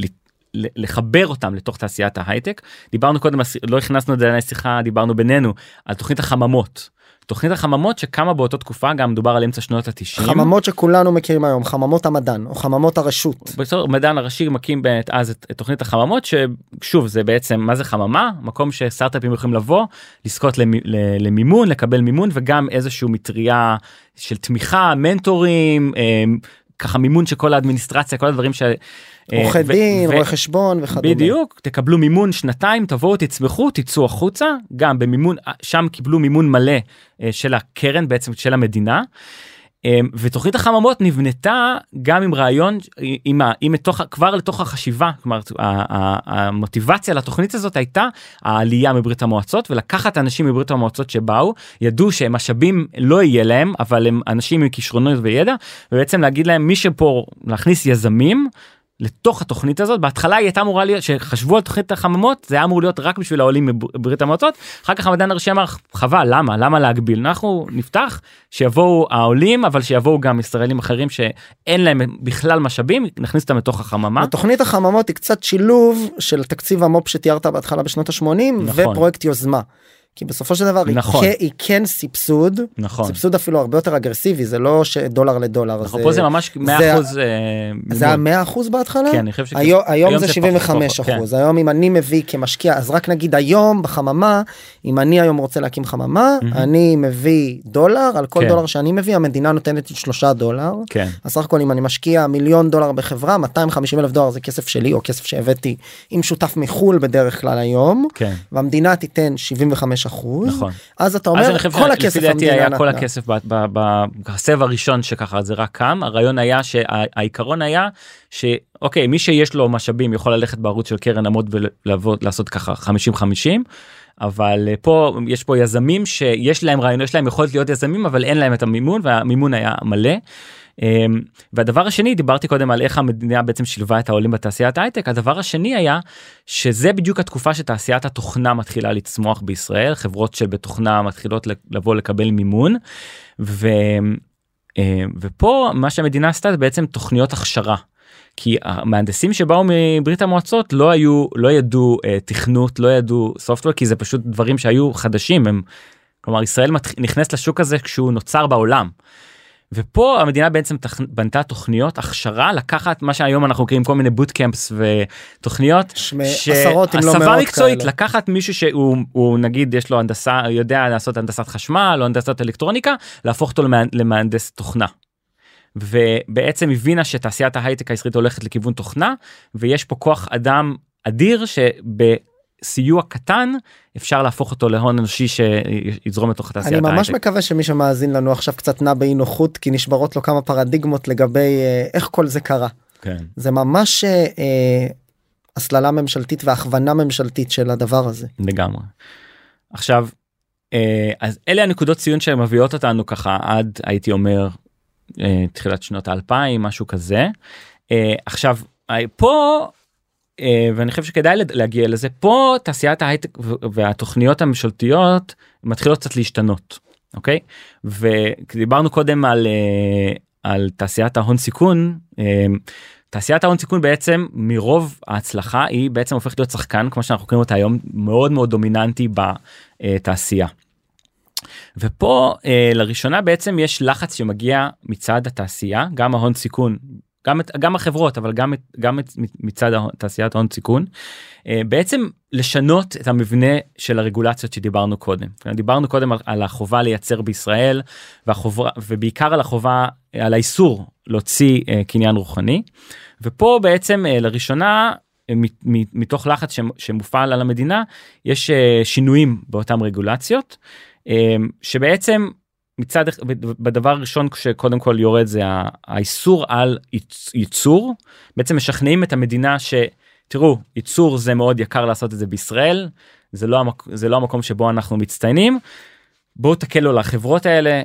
לחבר אותם לתוך תעשיית ההייטק. דיברנו קודם, לא הכנסנו את זה לשיחה, דיברנו בינינו על תוכנית החממות. תוכנית החממות שקמה באותה תקופה, גם מדובר על אמצע שנות ה-תשעים. חממות שכולנו מכירים היום, חממות המדען, או חממות הרשות. בסדר, מדען הראשי מקים אז את, את תוכנית החממות, ששוב, זה בעצם, מה זה חממה? מקום שסטארט-אפים יכולים לבוא, לזכות למימון, לקבל מימון, וגם איזושהי מטריה של תמיכה, מנטורים, ככה מימון שכל האדמיניסטרציה, כל הדברים ש... עורכי דין, רואי חשבון וכדומה. בדיוק, תקבלו מימון שנתיים, תבואו, תצמחו, תצאו החוצה, גם במימון, שם קיבלו מימון מלא של הקרן, בעצם של המדינה, ותוכנית החממות נבנתה גם עם רעיון, עם, עם מתוך, כבר לתוך החשיבה, כלומר, המוטיבציה לתוכנית הזאת הייתה העלייה מברית המועצות, ולקחת אנשים מברית המועצות שבאו, ידעו שהם משאבים לא יהיה להם, אבל הם אנשים עם כישרונות וידע, ובעצם להגיד להם, מי שפה להכניס יזמים, לתוך התוכנית הזאת. בהתחלה היא הייתה אמורה להיות, שחשבו על תוכנית החממות, זה היה אמור להיות רק בשביל העולים מברית המועצות, אחר כך המדען הראשי אמר, חבל, למה? למה להגביל? אנחנו נפתח שיבואו העולים, אבל שיבואו גם ישראלים אחרים שאין להם בכלל משאבים, נכניס אותם לתוך החממה. תוכנית החממות היא קצת שילוב של תקציב המופ שתיארת בהתחלה בשנות ה-שמונים, נכון. ופרויקט יוזמה. כי בסופו של דבר נכון. היא, היא כן סבסוד, נכון. סבסוד אפילו הרבה יותר אגרסיבי, זה לא שדולר לדולר. נכון, זה, פה זה ממש מאה אחוז. זה, זה היה מאה אחוז בהתחלה? כן, אני חושב שכן. היום, היום, היום זה שבעים וחמש אחוז. כן. היום אם אני מביא כמשקיע, אז רק נגיד היום בחממה, אם אני היום רוצה להקים חממה, mm-hmm. אני מביא דולר, על כל כן. דולר שאני מביא, המדינה נותנת שלושה דולר. כן. אז סך הכל אם אני משקיע מיליון דולר בחברה, מאתיים וחמישים אלף דולר זה כסף שלי, או כסף שהבאתי עם שותף מחול בדרך כלל היום, כן. והמדינה תיתן שבעים וחמש אחוז. נכון. אז אתה אומר, כל הכסף המדינה היה כל הכסף בסבב הראשון שככה זה רק קם, הרעיון היה שהעיקרון היה שאוקיי, מי שיש לו משאבים יכול ללכת בערוץ של קרן עמוד ולעשות ככה חמישים חמישים, אבל פה יש פה יזמים שיש להם רעיון, יש להם יכולת להיות יזמים, אבל אין להם את המימון, והמימון היה מלא. והדבר השני, דיברתי קודם על איך המדינה בעצם שילבה את העולים בתעשיית ההייטק, הדבר השני היה שזה בדיוק התקופה שתעשיית התוכנה מתחילה לצמוח בישראל, חברות של בתוכנה מתחילות לבוא לקבל מימון, ו, ופה מה שהמדינה עשתה זה בעצם תוכניות הכשרה, כי המהנדסים שבאו מברית המועצות לא היו, לא ידעו תכנות, לא ידעו סופטוור, כי זה פשוט דברים שהיו חדשים, הם, כלומר ישראל נכנס לשוק הזה כשהוא נוצר בעולם, ופה המדינה בעצם בנתה תוכניות הכשרה, לקחת מה שהיום אנחנו קוראים כל מיני בוטקמפס ותוכניות, הסבה מקצועית, לקחת מישהו שהוא נגיד יש לו הנדסה, יודע לעשות הנדסת חשמל או הנדסת אלקטרוניקה, להפוך אותו למהנדס תוכנה. ובעצם הבינה שתעשיית ההייטק הישראלית הולכת לכיוון תוכנה, ויש פה כוח אדם אדיר שב... סיוע קטן, אפשר להפוך אותו להון אנושי שיזרום לתוך תעשיית ההייטק. אני ממש מקווה שמי שמאזין לנו עכשיו קצת נע באי נוחות, כי נשברות לו כמה פרדיגמות לגבי אה, איך כל זה קרה. כן. זה ממש אה, הסללה ממשלתית והכוונה ממשלתית של הדבר הזה. לגמרי. עכשיו, אה, אז אלה הנקודות ציון שמביאות אותנו ככה עד, הייתי אומר, אה, תחילת שנות האלפיים, משהו כזה. אה, עכשיו, פה... ואני חושב שכדאי להגיע לזה, פה תעשיית ההייטק והתוכניות הממשלתיות מתחילות קצת להשתנות, אוקיי? ודיברנו קודם על, על תעשיית ההון סיכון, תעשיית ההון סיכון בעצם מרוב ההצלחה היא בעצם הופכת להיות שחקן, כמו שאנחנו קוראים אותה היום, מאוד מאוד דומיננטי בתעשייה. ופה לראשונה בעצם יש לחץ שמגיע מצד התעשייה, גם ההון סיכון, גם, גם החברות, אבל גם, גם מצד תעשיית ההון סיכון, בעצם לשנות את המבנה של הרגולציות שדיברנו קודם. דיברנו קודם על, על החובה לייצר בישראל, והחובה, ובעיקר על החובה, על האיסור להוציא קניין רוחני, ופה בעצם לראשונה, מתוך לחץ שמופעל על המדינה, יש שינויים באותם רגולציות, שבעצם, מצד, בדבר הראשון שקודם כל יורד זה האיסור על ייצור, בעצם משכנעים את המדינה שתראו, ייצור זה מאוד יקר לעשות את זה בישראל, זה לא, המק, זה לא המקום שבו אנחנו מצטיינים, בואו תקלו לחברות האלה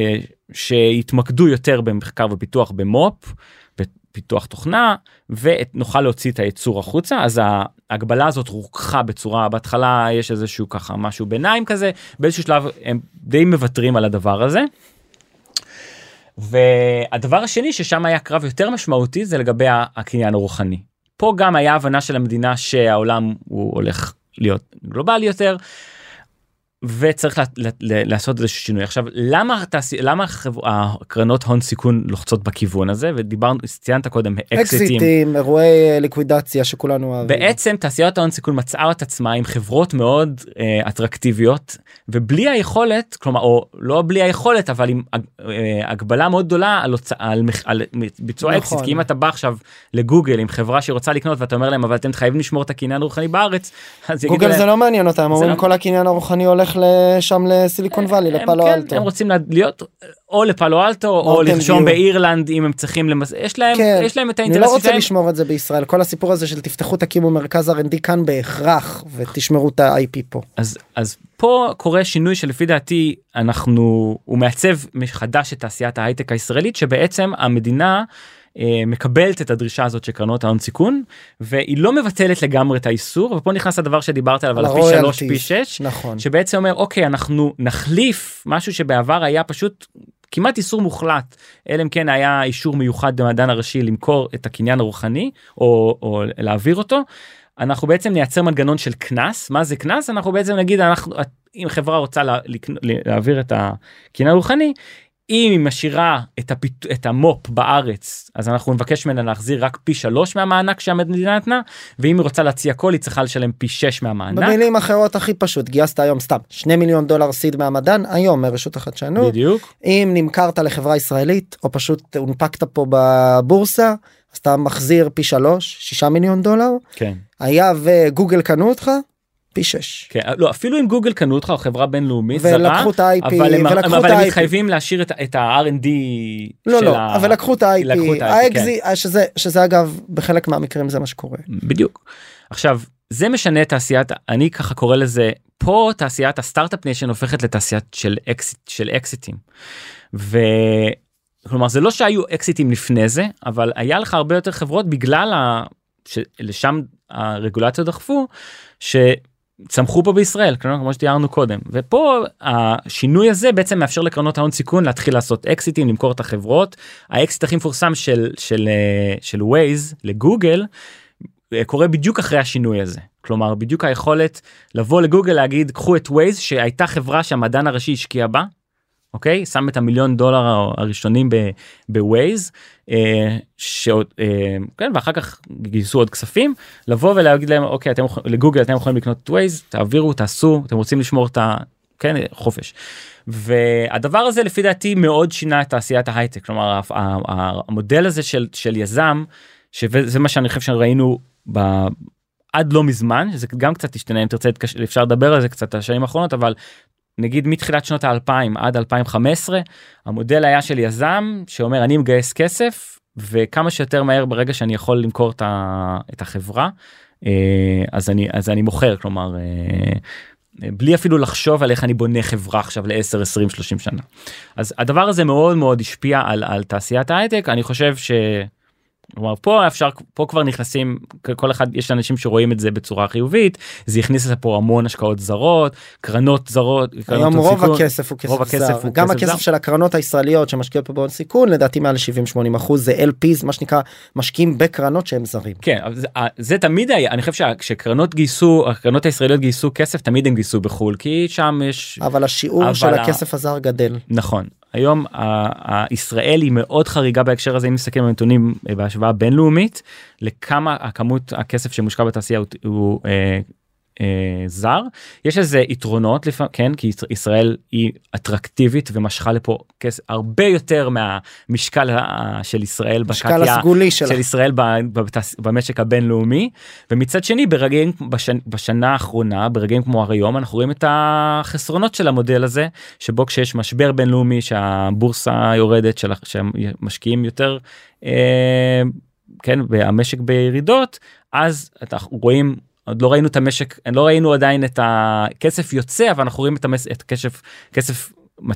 שיתמקדו יותר במחקר ופיתוח במופ, פיתוח תוכנה, ונוכל להוציא את הייצור החוצה, אז ההגבלה הזאת רוכחה בצורה, בהתחלה יש איזשהו ככה משהו ביניים כזה, באיזשהו שלב הם די מבטרים על הדבר הזה, והדבר השני ששם היה קרב יותר משמעותי, זה לגבי הקניין הרוחני. פה גם היה הבנה של המדינה שהעולם הוא הולך להיות גלובלי יותר, וצריך לעשות איזשהו שינוי. עכשיו, למה, למה הקרנות הון סיכון לוחצות בכיוון הזה? ודיברנו, ציינת קודם, אקזיטים. אקזיטים, אירועי ליקווידציה שכולנו אוהבים. בעצם, תעשיית ההון סיכון מצאה את עצמה עם חברות מאוד אה, אטרקטיביות, ובלי היכולת, כלומר, או לא בלי היכולת, אבל עם אה, הגבלה מאוד גדולה על, על, על, על ביצוע נכון. אקזיט, כי אם אתה בא עכשיו לגוגל עם חברה שרוצה לקנות, ואתה אומר להם, אבל אתם חייבים לשמור את הקניין הרוחני בארץ, אז גוגל להם, זה לא מעניין אותם, אומרים לא... כל הקניין הרוחני הולך לשם לסיליקון ואלי, לפלו אלטו. הם רוצים להיות או לפלו אלטו, או לרשום באירלנד, אם הם צריכים, יש להם את האינטרס שלהם. אני לא רוצה לשמור את זה בישראל, כל הסיפור הזה של תפתחו, תקימו מרכז אר אנד די כאן בהכרח, ותשמרו את ה-איי פי פה. אז פה קורה שינוי שלפי דעתי, אנחנו, הוא מעצב מחדש את תעשיית ההייטק הישראלית, שבעצם המדינה מקבלת את הדרישה הזאת של קרנות ההון סיכון, והיא לא מבטלת לגמרי את האיסור, ופה נכנס הדבר שדיברת עליו, על פי שלוש, פי שש, נכון. שבעצם אומר, אוקיי, אנחנו נחליף משהו שבעבר היה פשוט כמעט איסור מוחלט, אלא אם כן היה אישור מיוחד במדען הראשי למכור את הקניין הרוחני, או, או להעביר אותו, אנחנו בעצם נייצר מנגנון של כנס. מה זה כנס? אנחנו בעצם נגיד, אנחנו, אם חברה רוצה לה, להעביר את הקניין הרוחני, אם היא משאירה את, הפיט... את המופ בארץ, אז אנחנו נבקש ממנה להחזיר רק פי שלוש מהמענק שהמדינה נתנה, ואם היא רוצה להציע כל, היא צריכה לשלם פי שש מהמענק. במילים אחרות הכי פשוט, גייסת היום סתם שני מיליון דולר סיד מהמדען, היום מרשות החדשנות. בדיוק. אם נמכרת לחברה ישראלית, או פשוט הונפקת פה בבורסה, אז אתה מחזיר פי שלוש, שישה מיליון דולר. כן. היה וגוגל קנו אותך, פי שש. כן, לא, אפילו אם גוגל קנו אותך, או חברה בינלאומית זרה, ולקחו את ה-איי פי, אבל הם, ולקחו אבל את הם ה-איי פי. מתחייבים להשאיר את, את ה-אר אנד די לא, של לא, ה... אבל לקחו את ה-איי פי, לקחו את ה-איי פי, האקזי, כן. שזה, שזה אגב, בחלק מהמקרים זה מה שקורה. בדיוק. עכשיו, זה משנה את תעשיית, אני ככה קורא לזה, פה תעשיית הסטארט-אפ ניישן הופכת לתעשיית של אקסיט, של אקסיטים. ו... כלומר, זה לא שהיו אקסיטים לפני זה, אבל היה לך הרבה יותר חברות בגלל ה... שלשם הרגולציות דחפו, שצמחו פה בישראל, כמו שתיארנו קודם. ופה השינוי הזה בעצם מאפשר לקרנות ההון סיכון להתחיל לעשות אקסיטים, למכור את החברות. האקסיט הכי מפורסם של, של, של Waze לגוגל, קורה בדיוק אחרי השינוי הזה. כלומר, בדיוק היכולת לבוא לגוגל להגיד, קחו את Waze, שהייתה חברה שהמדען הראשי השקיע בה, אוקיי? שם את המיליון דולר הראשונים בווייז, כן, ואחר כך גייסו עוד כספים, לבוא ולהגיד להם, אוקיי, אתם, לגוגל אתם יכולים לקנות את ווייז, תעבירו, תעשו, אתם רוצים לשמור את ה... כן, חופש. והדבר הזה לפי דעתי מאוד שינה את תעשיית ההייטק, כלומר, המודל הזה של, של יזם, שזה מה שאני חושב שראינו ב... עד לא מזמן, שזה גם קצת השתנה, אם תרצה, אפשר לדבר על זה קצת השנים האחרונות, אבל נגיד מתחילת שנות האלפיים עד אלפיים וחמש עשרה, המודל היה של יזם שאומר אני מגייס כסף, וכמה שיותר מהר ברגע שאני יכול למכור את החברה, אז אני, אז אני מוכר, כלומר, בלי אפילו לחשוב על איך אני בונה חברה עכשיו ל-עשר, עשרים, שלושים שנה. אז הדבר הזה מאוד מאוד השפיע על, על תעשיית ההייטק, אני חושב ש... כלומר, פה אפשר, פה כבר נכנסים, כל אחד, יש אנשים שרואים את זה בצורה חיובית, זה הכניס לפה המון השקעות זרות, קרנות זרות, היום רוב הכסף הוא כסף זר, גם הכסף של הקרנות הישראליות שמשקיעות פה בהון סיכון, לדעתי מעל שבעים שמונים אחוז, זה אל פיז, מה שנקרא, משקיעים בקרנות שהם זרים. כן, זה תמיד היה, אני חושב שכשקרנות גייסו, הקרנות הישראליות גייסו כסף, תמיד הם גייסו בחול, כי שם יש... אבל השיעור של הכסף הזר גדל. נכון. היום הישראל היא מאוד חריגה בהקשר הזה, אם נסתכל על נתונים בהשוואה בינלאומית, לכמה הכמות הכסף שמושקע בתעשייה הוא, הוא אה, אה, זר. יש איזה יתרונות, לפ... כן, כי ישראל היא אטרקטיבית ומשכה לפה כסף הרבה יותר מהמשקל של ישראל, משקל הסגולי של שלה. ישראל בתעש... במשק הבינלאומי, ומצד שני, ברגעים, בשנ... בשנה האחרונה, ברגעים כמו היום, אנחנו רואים את החסרונות של המודל הזה, שבו כשיש משבר בינלאומי, שהבורסה יורדת, של... שמשקיעים יותר, אה, כן, והמשק בירידות, אז אנחנו רואים, עוד לא ראינו את המשק, לא ראינו עדיין את הכסף יוצא, אבל אנחנו רואים את המס... את כסף, כסף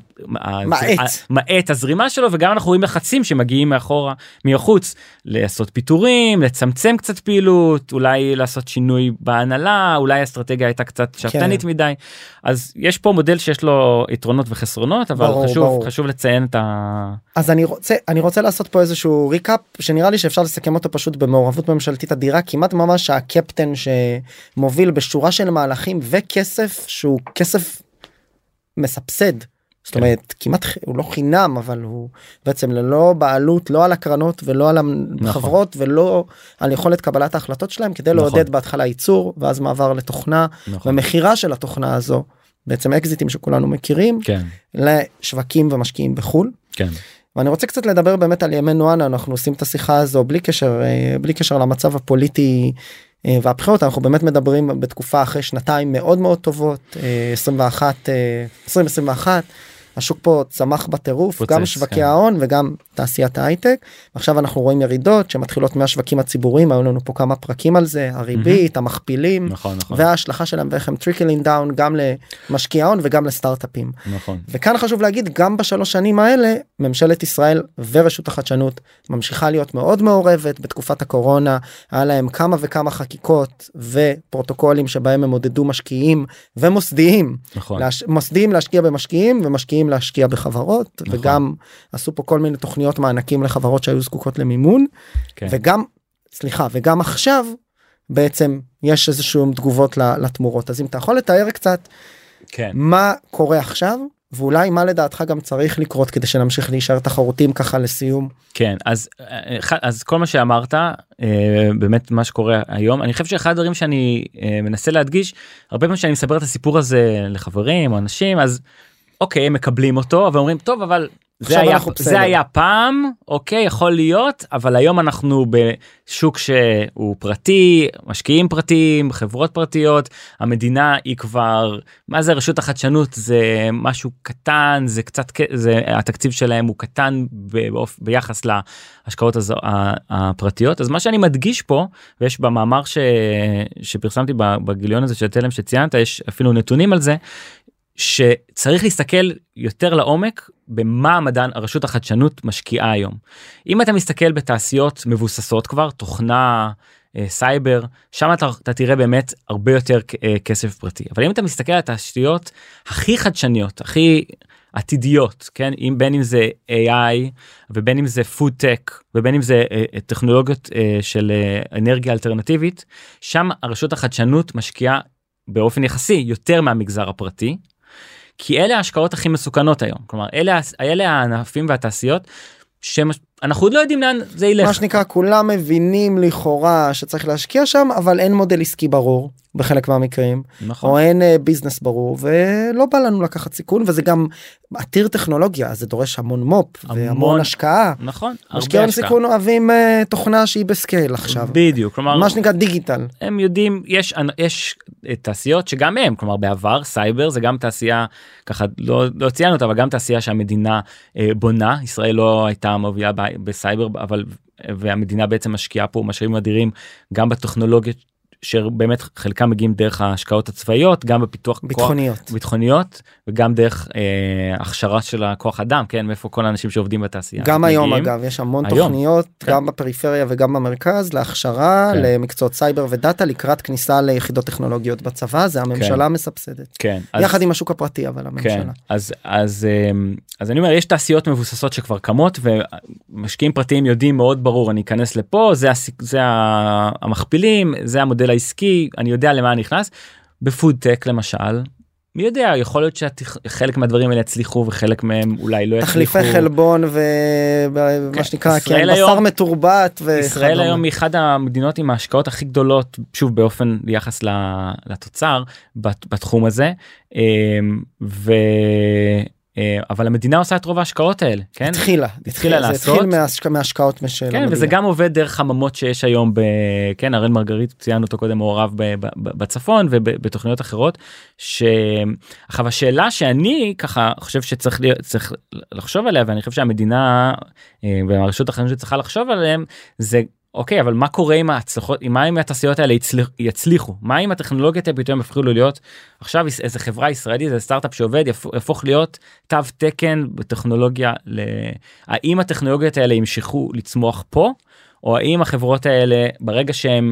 מעט. מעט הזרימה שלו, וגם אנחנו רואים לחצים שמגיעים מאחורה, מחוץ, לעשות פיתורים, לצמצם קצת פעילות, אולי לעשות שינוי בהנהלה, אולי האסטרטגיה הייתה קצת שפטנית מדי. אז יש פה מודל שיש לו יתרונות וחסרונות, אבל ברור, חשוב, ברור. חשוב לציין את ה... אז אני רוצה, אני רוצה לעשות פה איזשהו ריקאפ, שנראה לי שאפשר לסכם אותו פשוט במעורבות ממשלתית אדירה, כמעט ממש הקפטן שמוביל בשורה של מהלכים וכסף שהוא כסף מסבסד. זאת אומרת, כמעט הוא לא חינם, אבל הוא בעצם ללא בעלות, לא על הקרנות ולא על החברות, ולא על יכולת קבלת ההחלטות שלהם, כדי לעודד בהתחלה ייצור, ואז מעבר לתוכנה, ומחירה של התוכנה הזו, בעצם אקזיטים שכולנו מכירים, לשווקים ומשקיעים בחול. ואני רוצה קצת לדבר באמת על ימינו אנו, אנחנו עושים את השיחה הזו בלי קשר, בלי קשר למצב הפוליטי והבחירות, אנחנו באמת מדברים בתקופה אחרי שנתיים מאוד מאוד טובות, עשרים עשרים ואחת, השוק פה צמח בטירוף, פוצץ, גם שווקי כן. ההון וגם תעשיית ההייטק. עכשיו אנחנו רואים ירידות שמתחילות מהשווקים הציבוריים, היו לנו פה כמה פרקים על זה, הריבית, mm-hmm. המכפילים, נכון, נכון. וההשלכה שלהם ואיך הם טריקלינג דאון גם למשקיעי ההון וגם לסטארט-אפים. נכון. וכאן חשוב להגיד, גם בשלוש שנים האלה, ממשלת ישראל ורשות החדשנות ממשיכה להיות מאוד מעורבת. בתקופת הקורונה היה להם כמה וכמה חקיקות ופרוטוקולים שבהם הם עודדו משקיעים ומוסדיים, נכון. להש... מוסדיים להשקיע במשקיעים ומשקיעים להשקיע בחברות, נכון. וגם עשו פה כל מיני תוכניות מענקים לחברות שהיו זקוקות למימון, כן. וגם, סליחה, וגם עכשיו בעצם יש איזשהם תגובות לתמורות. אז אם אתה יכול לתאר קצת כן. מה קורה עכשיו, ואולי מה לדעתך גם צריך לקרות כדי שנמשיך להישאר תחרותיים ככה לסיום. כן, אז, אז כל מה שאמרת, באמת מה שקורה היום, אני חושב שאחד הדברים שאני מנסה להדגיש, הרבה פעמים שאני מספר את הסיפור הזה לחברים או אנשים, אז אוקיי, הם מקבלים אותו, אבל אומרים, טוב, אבל זה היה, זה היה פעם, אוקיי, יכול להיות, אבל היום אנחנו בשוק שהוא פרטי, משקיעים פרטיים, חברות פרטיות, המדינה היא כבר, מה זה רשות החדשנות? זה משהו קטן, זה קצת, זה, התקציב שלהם הוא קטן באופ, ביחס להשקעות הזו, הפרטיות. אז מה שאני מדגיש פה, ויש במאמר ש, שפרסמתי בגיליון הזה של תלם שציינת, יש אפילו נתונים על זה, שצריך להסתכל יותר לעומק במה המדען, הרשות החדשנות משקיעה היום. אם אתה מסתכל בתעשיות מבוססות כבר, תוכנה, סייבר, שם אתה, אתה תראה באמת הרבה יותר כסף פרטי. אבל אם אתה מסתכל על התשתיות הכי חדשניות, הכי עתידיות, כן? אם בין אם זה איי איי, ובין אם זה פוד טק, ובין אם זה טכנולוגיות של אנרגיה אלטרנטיבית, שם הרשות החדשנות משקיעה באופן יחסי יותר מהמגזר הפרטי, כי אלה ההשקעות הכי מסוכנות היום. כלומר, אלה, אלה הענפים והתעשיות שאנחנו עוד לא יודעים לאן זה ילך. מה שנקרא, כולם מבינים לכאורה שצריך להשקיע שם, אבל אין מודל עסקי ברור בחלק מהמקרים. נכון. או אין ביזנס ברור, ולא בא לנו לקחת סיכון, וזה גם עתיר טכנולוגיה, זה דורש המון מופ, המון, והמון השקעה. נכון. משקיעים סיכון אוהבים uh, תוכנה שהיא בסקייל עכשיו. בדיוק. כלומר, מה שנקרא דיגיטל. הם יודעים, יש, יש תעשיות שגם הם, כלומר בעבר, סייבר זה גם תעשייה, ככה לא, לא ציינו אותה, אבל גם תעשייה שהמדינה uh, בונה, ישראל לא הייתה מובילה ב, בסייבר, אבל, והמדינה בעצם משקיעה פה משאבים אדירים, גם בטכנולוגיות, שבאמת חלקם מגיעים דרך ההשקעות הצבאיות, גם בפיתוח ביטחוניות, כוח, ביטחוניות וגם דרך אה, הכשרה של הכוח אדם, כן, מאיפה כל האנשים שעובדים בתעשייה. גם היום מגיעים. אגב, יש המון היום, תוכניות, כן. גם בפריפריה וגם במרכז, להכשרה, כן. למקצועות סייבר ודאטה, לקראת כניסה ליחידות טכנולוגיות בצבא, זה הממשלה כן. מסבסדת. כן. יחד אז, עם השוק הפרטי, אבל הממשלה. כן. אז, אז, אז אני אומר, יש תעשיות מבוססות שכבר קמות, ומשקיעים פרטיים יודעים מאוד ברור, אני אכנס לפה, זה, זה המכפילים, זה המודל העסקי, אני יודע למה אני נכנס. בפוד-טק למשל, מי יודע, יכול להיות שחלק מהדברים האלה יצליחו וחלק מהם אולי לא יצליחו. תחליפי חלבון ומה שנקרא, כן, בשר מתורבת. ישראל היום היא אחד המדינות עם ההשקעות הכי גדולות, שוב באופן ביחס לתוצר בתחום הזה, ו... אבל המדינה עושה את רוב ההשקעות האלה, כן? התחילה, התחילה לעשות. זה התחיל מההשקעות משל המדינה. כן, וזה גם עובד דרך חממות שיש היום, כן, אראל מרגריט ציינו אותו קודם מעורב בצפון ובתוכניות אחרות, עכשיו השאלה שאני ככה חושב שצריך לחשוב עליה, ואני חושב שהמדינה והרשות החדשנות צריכה לחשוב עליהם, זה אוקיי, אבל מה קורה עם ההצלחות, מה אם התעשיות האלה יצליחו? מה אם הטכנולוגיות האלה פתאום יפכו להיות, עכשיו איזה חברה ישראלית, איזה סטארט-אפ שעובד, יהפוך להיות תו תקן בטכנולוגיה, האם הטכנולוגיות האלה ימשכו לצמוח פה, או האם החברות האלה, ברגע שהם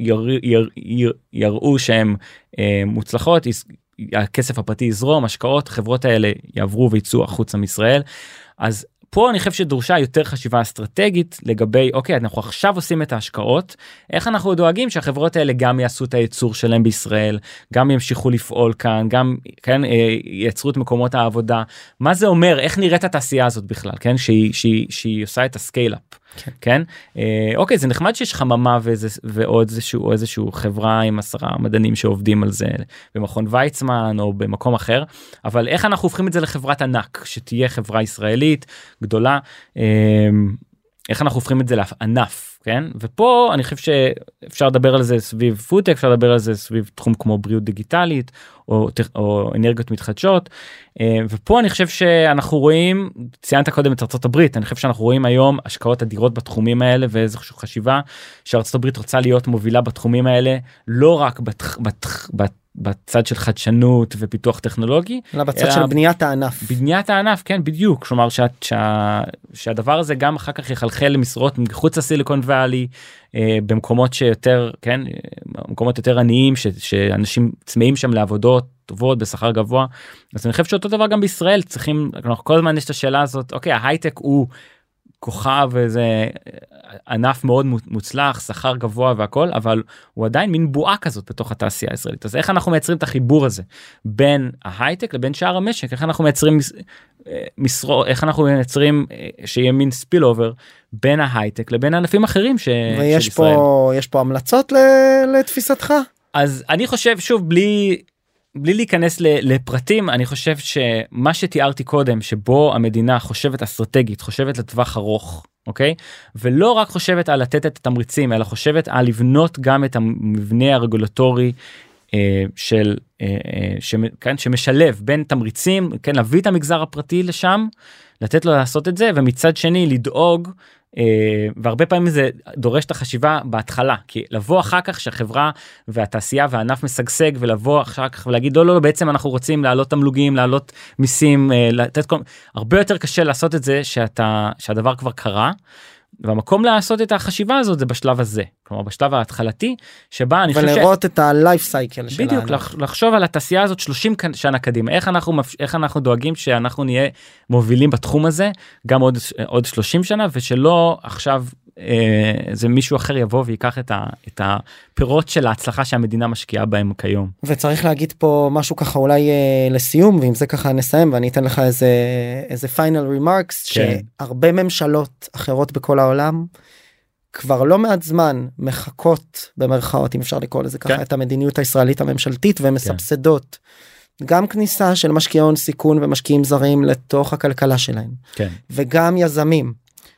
יראו שהן מוצלחות, הכסף הפרטי יזרום, השקעות, החברות האלה יעברו ויצאו החוצה מישראל, אז פה אני חושב שדרושה יותר חשיבה אסטרטגית לגבי, אוקיי, אנחנו עכשיו עושים את ההשקעות, איך אנחנו דואגים שהחברות האלה גם יעשו את הייצור שלהם בישראל, גם ימשיכו לפעול כאן, גם כן, ייצרו את מקומות העבודה, מה זה אומר, איך נראית התעשייה הזאת בכלל, כן, שהיא, שהיא, שהיא עושה את הסקייל-אפ, כן, כן? אה, אוקיי, זה נחמד שיש חממה ואיזה, ועוד איזשהו, או איזשהו חברה עם עשרה מדענים שעובדים על זה, במכון ויצמן או במקום אחר, אבל איך אנחנו הופכים את זה לחברת ענק, שתהיה חברה ישראלית, גדולה, איך אנחנו הופכים את זה לענף, כן? ופה אני חושב שאפשר לדבר על זה סביב פודטק, אפשר לדבר על זה סביב תחום כמו בריאות דיגיטלית, או, או אנרגיות מתחדשות, ופה אני חושב שאנחנו רואים, ציינת קודם את ארצות הברית, אני חושב שאנחנו רואים היום השקעות אדירות בתחומים האלה, ואיזושהי חשיבה שארצות הברית רוצה להיות מובילה בתחומים האלה, לא רק בתח, בתח, בת, בצד של חדשנות ופיתוח טכנולוגי, אלא בצד של בניית הענף. בניית הענף, כן, בדיוק. כלומר, שה, שה, שהדבר הזה גם אחר כך יחלחל למשרות מחוץ לסיליקון ואלי, אה, במקומות שיותר, כן, במקומות יותר עניים, ש, שאנשים צמאים שם לעבודות טובות בשכר גבוה. אז אני חושב שאותו דבר גם בישראל, צריכים, אנחנו כל הזמן יש את השאלה הזאת, אוקיי, ההייטק הוא כוכב וזה ענף מאוד מוצלח, שכר גבוה והכל, אבל הוא עדיין מין בועה כזאת בתוך התעשייה הישראלית. אז איך אנחנו מייצרים את החיבור הזה בין ההייטק לבין שאר המשק? איך אנחנו מייצרים משרות, איך אנחנו מייצרים שיהיה מין ספיל אובר בין ההייטק לבין ענפים אחרים ש... ויש של ישראל. פה, יש פה המלצות לתפיסתך? אז אני חושב, שוב, בלי... בלי להיכנס לפרטים, אני חושב שמה שתיארתי קודם, שבו המדינה חושבת אסטרטגית, חושבת לטווח ארוך, אוקיי? ולא רק חושבת על לתת את התמריצים, אלא חושבת על לבנות גם את המבנה הרגולטורי אה, של, אה, אה, שמ, כן, שמשלב בין תמריצים, כן, להביא את המגזר הפרטי לשם, לתת לו לעשות את זה, ומצד שני לדאוג, Uh, והרבה פעמים זה דורש את החשיבה בהתחלה, כי לבוא אחר כך שהחברה והתעשייה והענף משגשג, ולבוא אחר כך ולהגיד לא לא לא בעצם אנחנו רוצים להעלות תמלוגים, להעלות מיסים, uh, לתת כל... הרבה יותר קשה לעשות את זה שאתה, שהדבר כבר קרה, והמקום לעשות את החשיבה הזאת זה בשלב הזה, כלומר בשלב ההתחלתי, שבה אני חושב ש... ולראות את ה-life cycle שלה. בדיוק, לח, לחשוב על התעשייה הזאת שלושים שנה קדימה, איך אנחנו, איך אנחנו דואגים שאנחנו נהיה מובילים בתחום הזה, גם עוד, עוד שלושים שנה, ושלא עכשיו אה, זה מישהו אחר יבוא ויקח את, ה, את הפירות של ההצלחה שהמדינה משקיעה בהם כיום. וצריך להגיד פה משהו ככה אולי אה, לסיום, ועם זה ככה נסיים, ואני אתן לך איזה, איזה final remarks, כן. שהרבה ממשלות אחרות בכל העולם, כבר לא מעט זמן מחכות במרכאות, אם אפשר לקרוא לזה ככה, כן. את המדיניות הישראלית הממשלתית, ומסבסדות כן. גם כניסה של משקיעי הון סיכון ומשקיעים זרים לתוך הכלכלה שלהם. כן. וגם יזמים,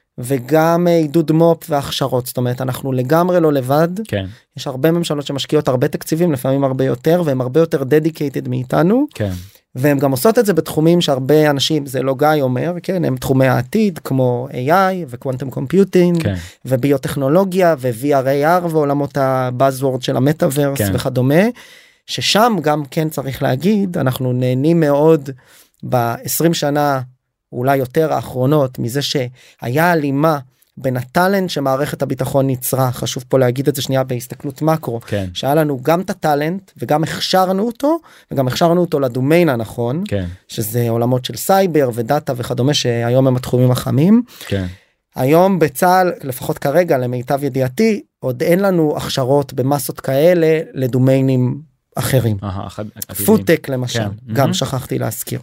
וגם עידוד מופ והכשרות. זאת אומרת, אנחנו לגמרי לא לבד. כן. יש הרבה ממשלות שמשקיעות הרבה תקציבים, לפעמים הרבה יותר, והם הרבה יותר dedicated מאיתנו. כן. והם גם עושות את זה בתחומים שהרבה אנשים, זה לא גיא אומר, כן, הם תחומי העתיד, כמו איי איי וקוונטום קומפיוטינג, כן. וביוטכנולוגיה ו-וי אר איי אר ועולמות הבאזוורד של המטאברס כן. וכדומה, ששם גם כן צריך להגיד, אנחנו נהנים מאוד ב-עשרים שנה, אולי יותר האחרונות, מזה שהיה הלימה בין הטלנט שמערכת הביטחון ניצרה, חשוב פה להגיד את זה שנייה בהסתכלות מקרו, כן. שהיה לנו גם את הטלנט וגם הכשרנו אותו, וגם הכשרנו אותו לדומיין הנכון, כן. שזה עולמות של סייבר ודאטה וכדומה, שהיום הם התחומים החמים. כן. היום בצה"ל, לפחות כרגע, למיטב ידיעתי, עוד אין לנו הכשרות במסות כאלה לדומיינים אחרים. פודטק למשל, כן. גם mm-hmm. שכחתי להזכיר.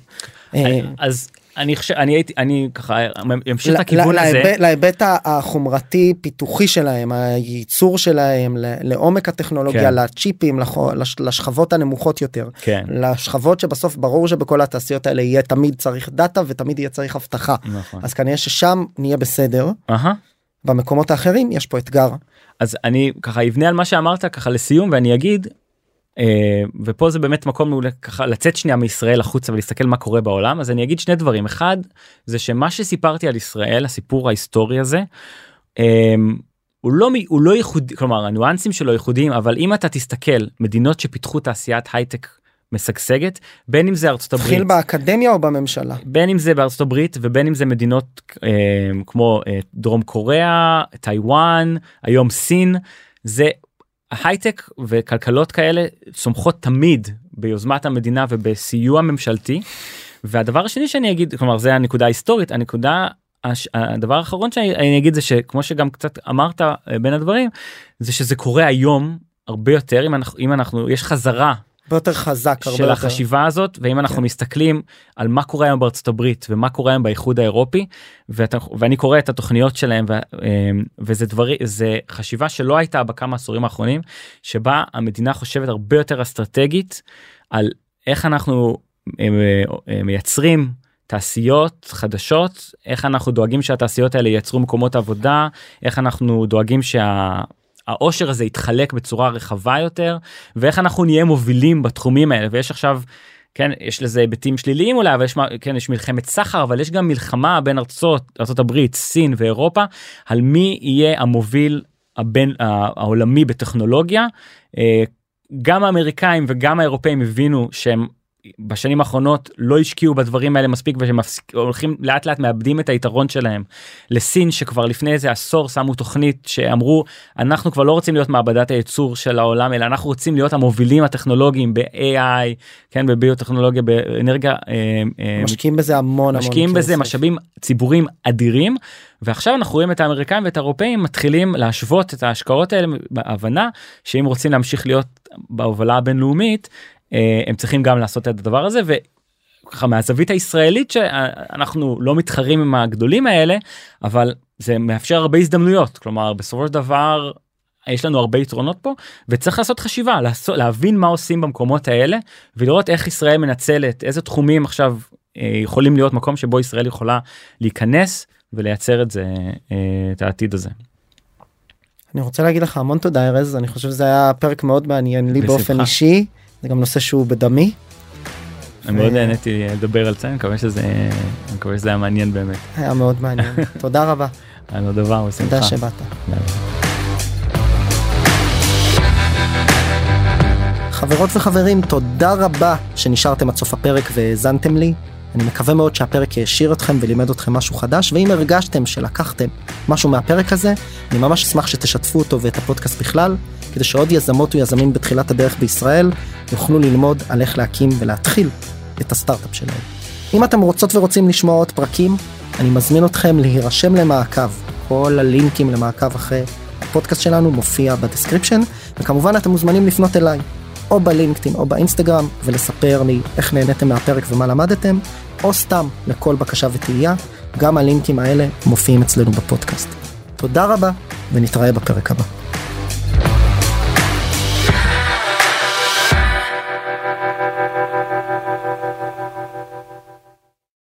אז אני חושב, אני הייתי, אני ככה, אמשיך את הכיוון הזה. להיבט החומרתי, פיתוחי שלהם, הייצור שלהם, לעומק הטכנולוגיה, לצ'יפים, לשכבות הנמוכות יותר. לשכבות שבסוף ברור שבכל התעשיות האלה יהיה תמיד צריך דאטה, ותמיד יהיה צריך הבטחה. אז כנראה ששם נהיה בסדר. במקומות האחרים יש פה אתגר. אז אני ככה אבנה על מה שאמרת ככה לסיום, ואני אגיד, Uh, ופה זה באמת מקום מעולה ככה לצאת שנייה מישראל החוצה ולהסתכל מה קורה בעולם. אז אני אגיד שני דברים. אחד, זה שמה שסיפרתי על ישראל, הסיפור ההיסטורי הזה, um, הוא לא, הוא לא ייחודי, כלומר הניואנסים שלו ייחודיים, אבל אם אתה תסתכל, מדינות שפיתחו תעשיית הייטק משגשגת, בין אם זה ארצות הברית. תחיל באקדמיה או בממשלה? בין אם זה בארצות הברית, ובין אם זה מדינות uh, כמו uh, דרום קוריאה, טיואן, היום סין, זה ההייטק וכלכלות כאלה צומחות תמיד ביוזמת המדינה ובסיוע ממשלתי. והדבר השני שאני אגיד, כלומר זה הנקודה ההיסטורית, הנקודה, הדבר האחרון שאני אגיד זה שכמו שגם קצת אמרת בין הדברים, זה שזה קורה היום הרבה יותר, אם אנחנו, אם אנחנו יש חזרה ביותר חזק של הרבה החשיבה יותר. הזאת, ואם אנחנו כן. מסתכלים על מה קורה היום בארצות הברית ומה קורה היום באיחוד האירופי, ואתה, ואני קורא את התוכניות שלהם, ו, וזה דברי, זה חשיבה שלא הייתה בכמה עשורים האחרונים, שבה המדינה חושבת הרבה יותר אסטרטגית על איך אנחנו מייצרים תעשיות חדשות, איך אנחנו דואגים שהתעשיות האלה ייצרו מקומות עבודה, איך אנחנו דואגים שהעושר הזה יתחלק בצורה רחבה יותר, ואיך אנחנו נהיה מובילים בתחומים האלה, ויש עכשיו, כן, יש לזה היבטים שליליים אולי, אבל יש, כן, יש מלחמת סחר, אבל יש גם מלחמה בין ארצות, ארצות הברית, סין ואירופה, על מי יהיה המוביל הבין, העולמי בטכנולוגיה. גם האמריקאים וגם האירופאים הבינו שהם בשנים האחרונות לא השקיעו בדברים האלה מספיק, ושהם הולכים לאט לאט מאבדים את היתרון שלהם. לסין שכבר לפני איזה עשור שמו תוכנית שאמרו, אנחנו כבר לא רוצים להיות מעבדת הייצור של העולם, אלא אנחנו רוצים להיות המובילים הטכנולוגיים ב-איי איי, כן, בביוטכנולוגיה, באנרגיה. משקיעים בזה המון המון. משקיעים בזה משאבים ציבוריים אדירים, ועכשיו אנחנו רואים את האמריקאים ואת האירופאים מתחילים להשוות את ההשקעות האלה בהבנה, שאם רוצים להמשיך להיות בהובלה הבינלאומית, הם צריכים גם לעשות את הדבר הזה, וככה מהזווית הישראלית שאנחנו לא מתחרים עם הגדולים האלה, אבל זה מאפשר הרבה הזדמנויות, כלומר בסופו של דבר יש לנו הרבה יתרונות פה, וצריך לעשות חשיבה, לעשות, להבין מה עושים במקומות האלה, ולראות איך ישראל מנצלת, איזה תחומים עכשיו יכולים להיות מקום שבו ישראל יכולה להיכנס, ולייצר את זה, את העתיד הזה. אני רוצה להגיד לך המון תודה ארז, אני חושב שזה היה פרק מאוד מעניין לי באופן אישי, זה גם נושא שהוא בדמי. אני מאוד נהניתי לדבר על זה, אני מקווה שזה, אני מקווה שזה היה מעניין באמת. היה מאוד מעניין, תודה רבה. היה לו דבר, בשמחה. תודה שבאת. חברות וחברים, תודה רבה שנשארתם עד סוף הפרק והאזנתם לי. אני מקווה מאוד שהפרק ישיר אתכם ולימד אתכם משהו חדש, ואם הרגשתם שלקחתם משהו מהפרק הזה, אני ממש אשמח שתשתפו אותו ואת הפודקאסט בכלל, כדי שעוד יזמות ויזמים בתחילת הדרך בישראל יוכלו ללמוד על איך להקים ולהתחיל את הסטארט-אפ שלהם. אם אתם רוצות ורוצים לשמוע עוד פרקים, אני מזמין אתכם להירשם למעקב. כל הלינקים למעקב אחרי הפודקאסט שלנו מופיע בדסקריפשן, וכמובן אתם מוזמנים לפנות אליי, או בלינקדאין או באינסטגרם, ולספר לי איך נהניתם מהפרק ומה למדתם, או סתם לכל בקשה ותהייה, גם הלינקים האלה מופיעים אצלנו בפודקאסט. תודה רבה, ונתראה בפרק הבא.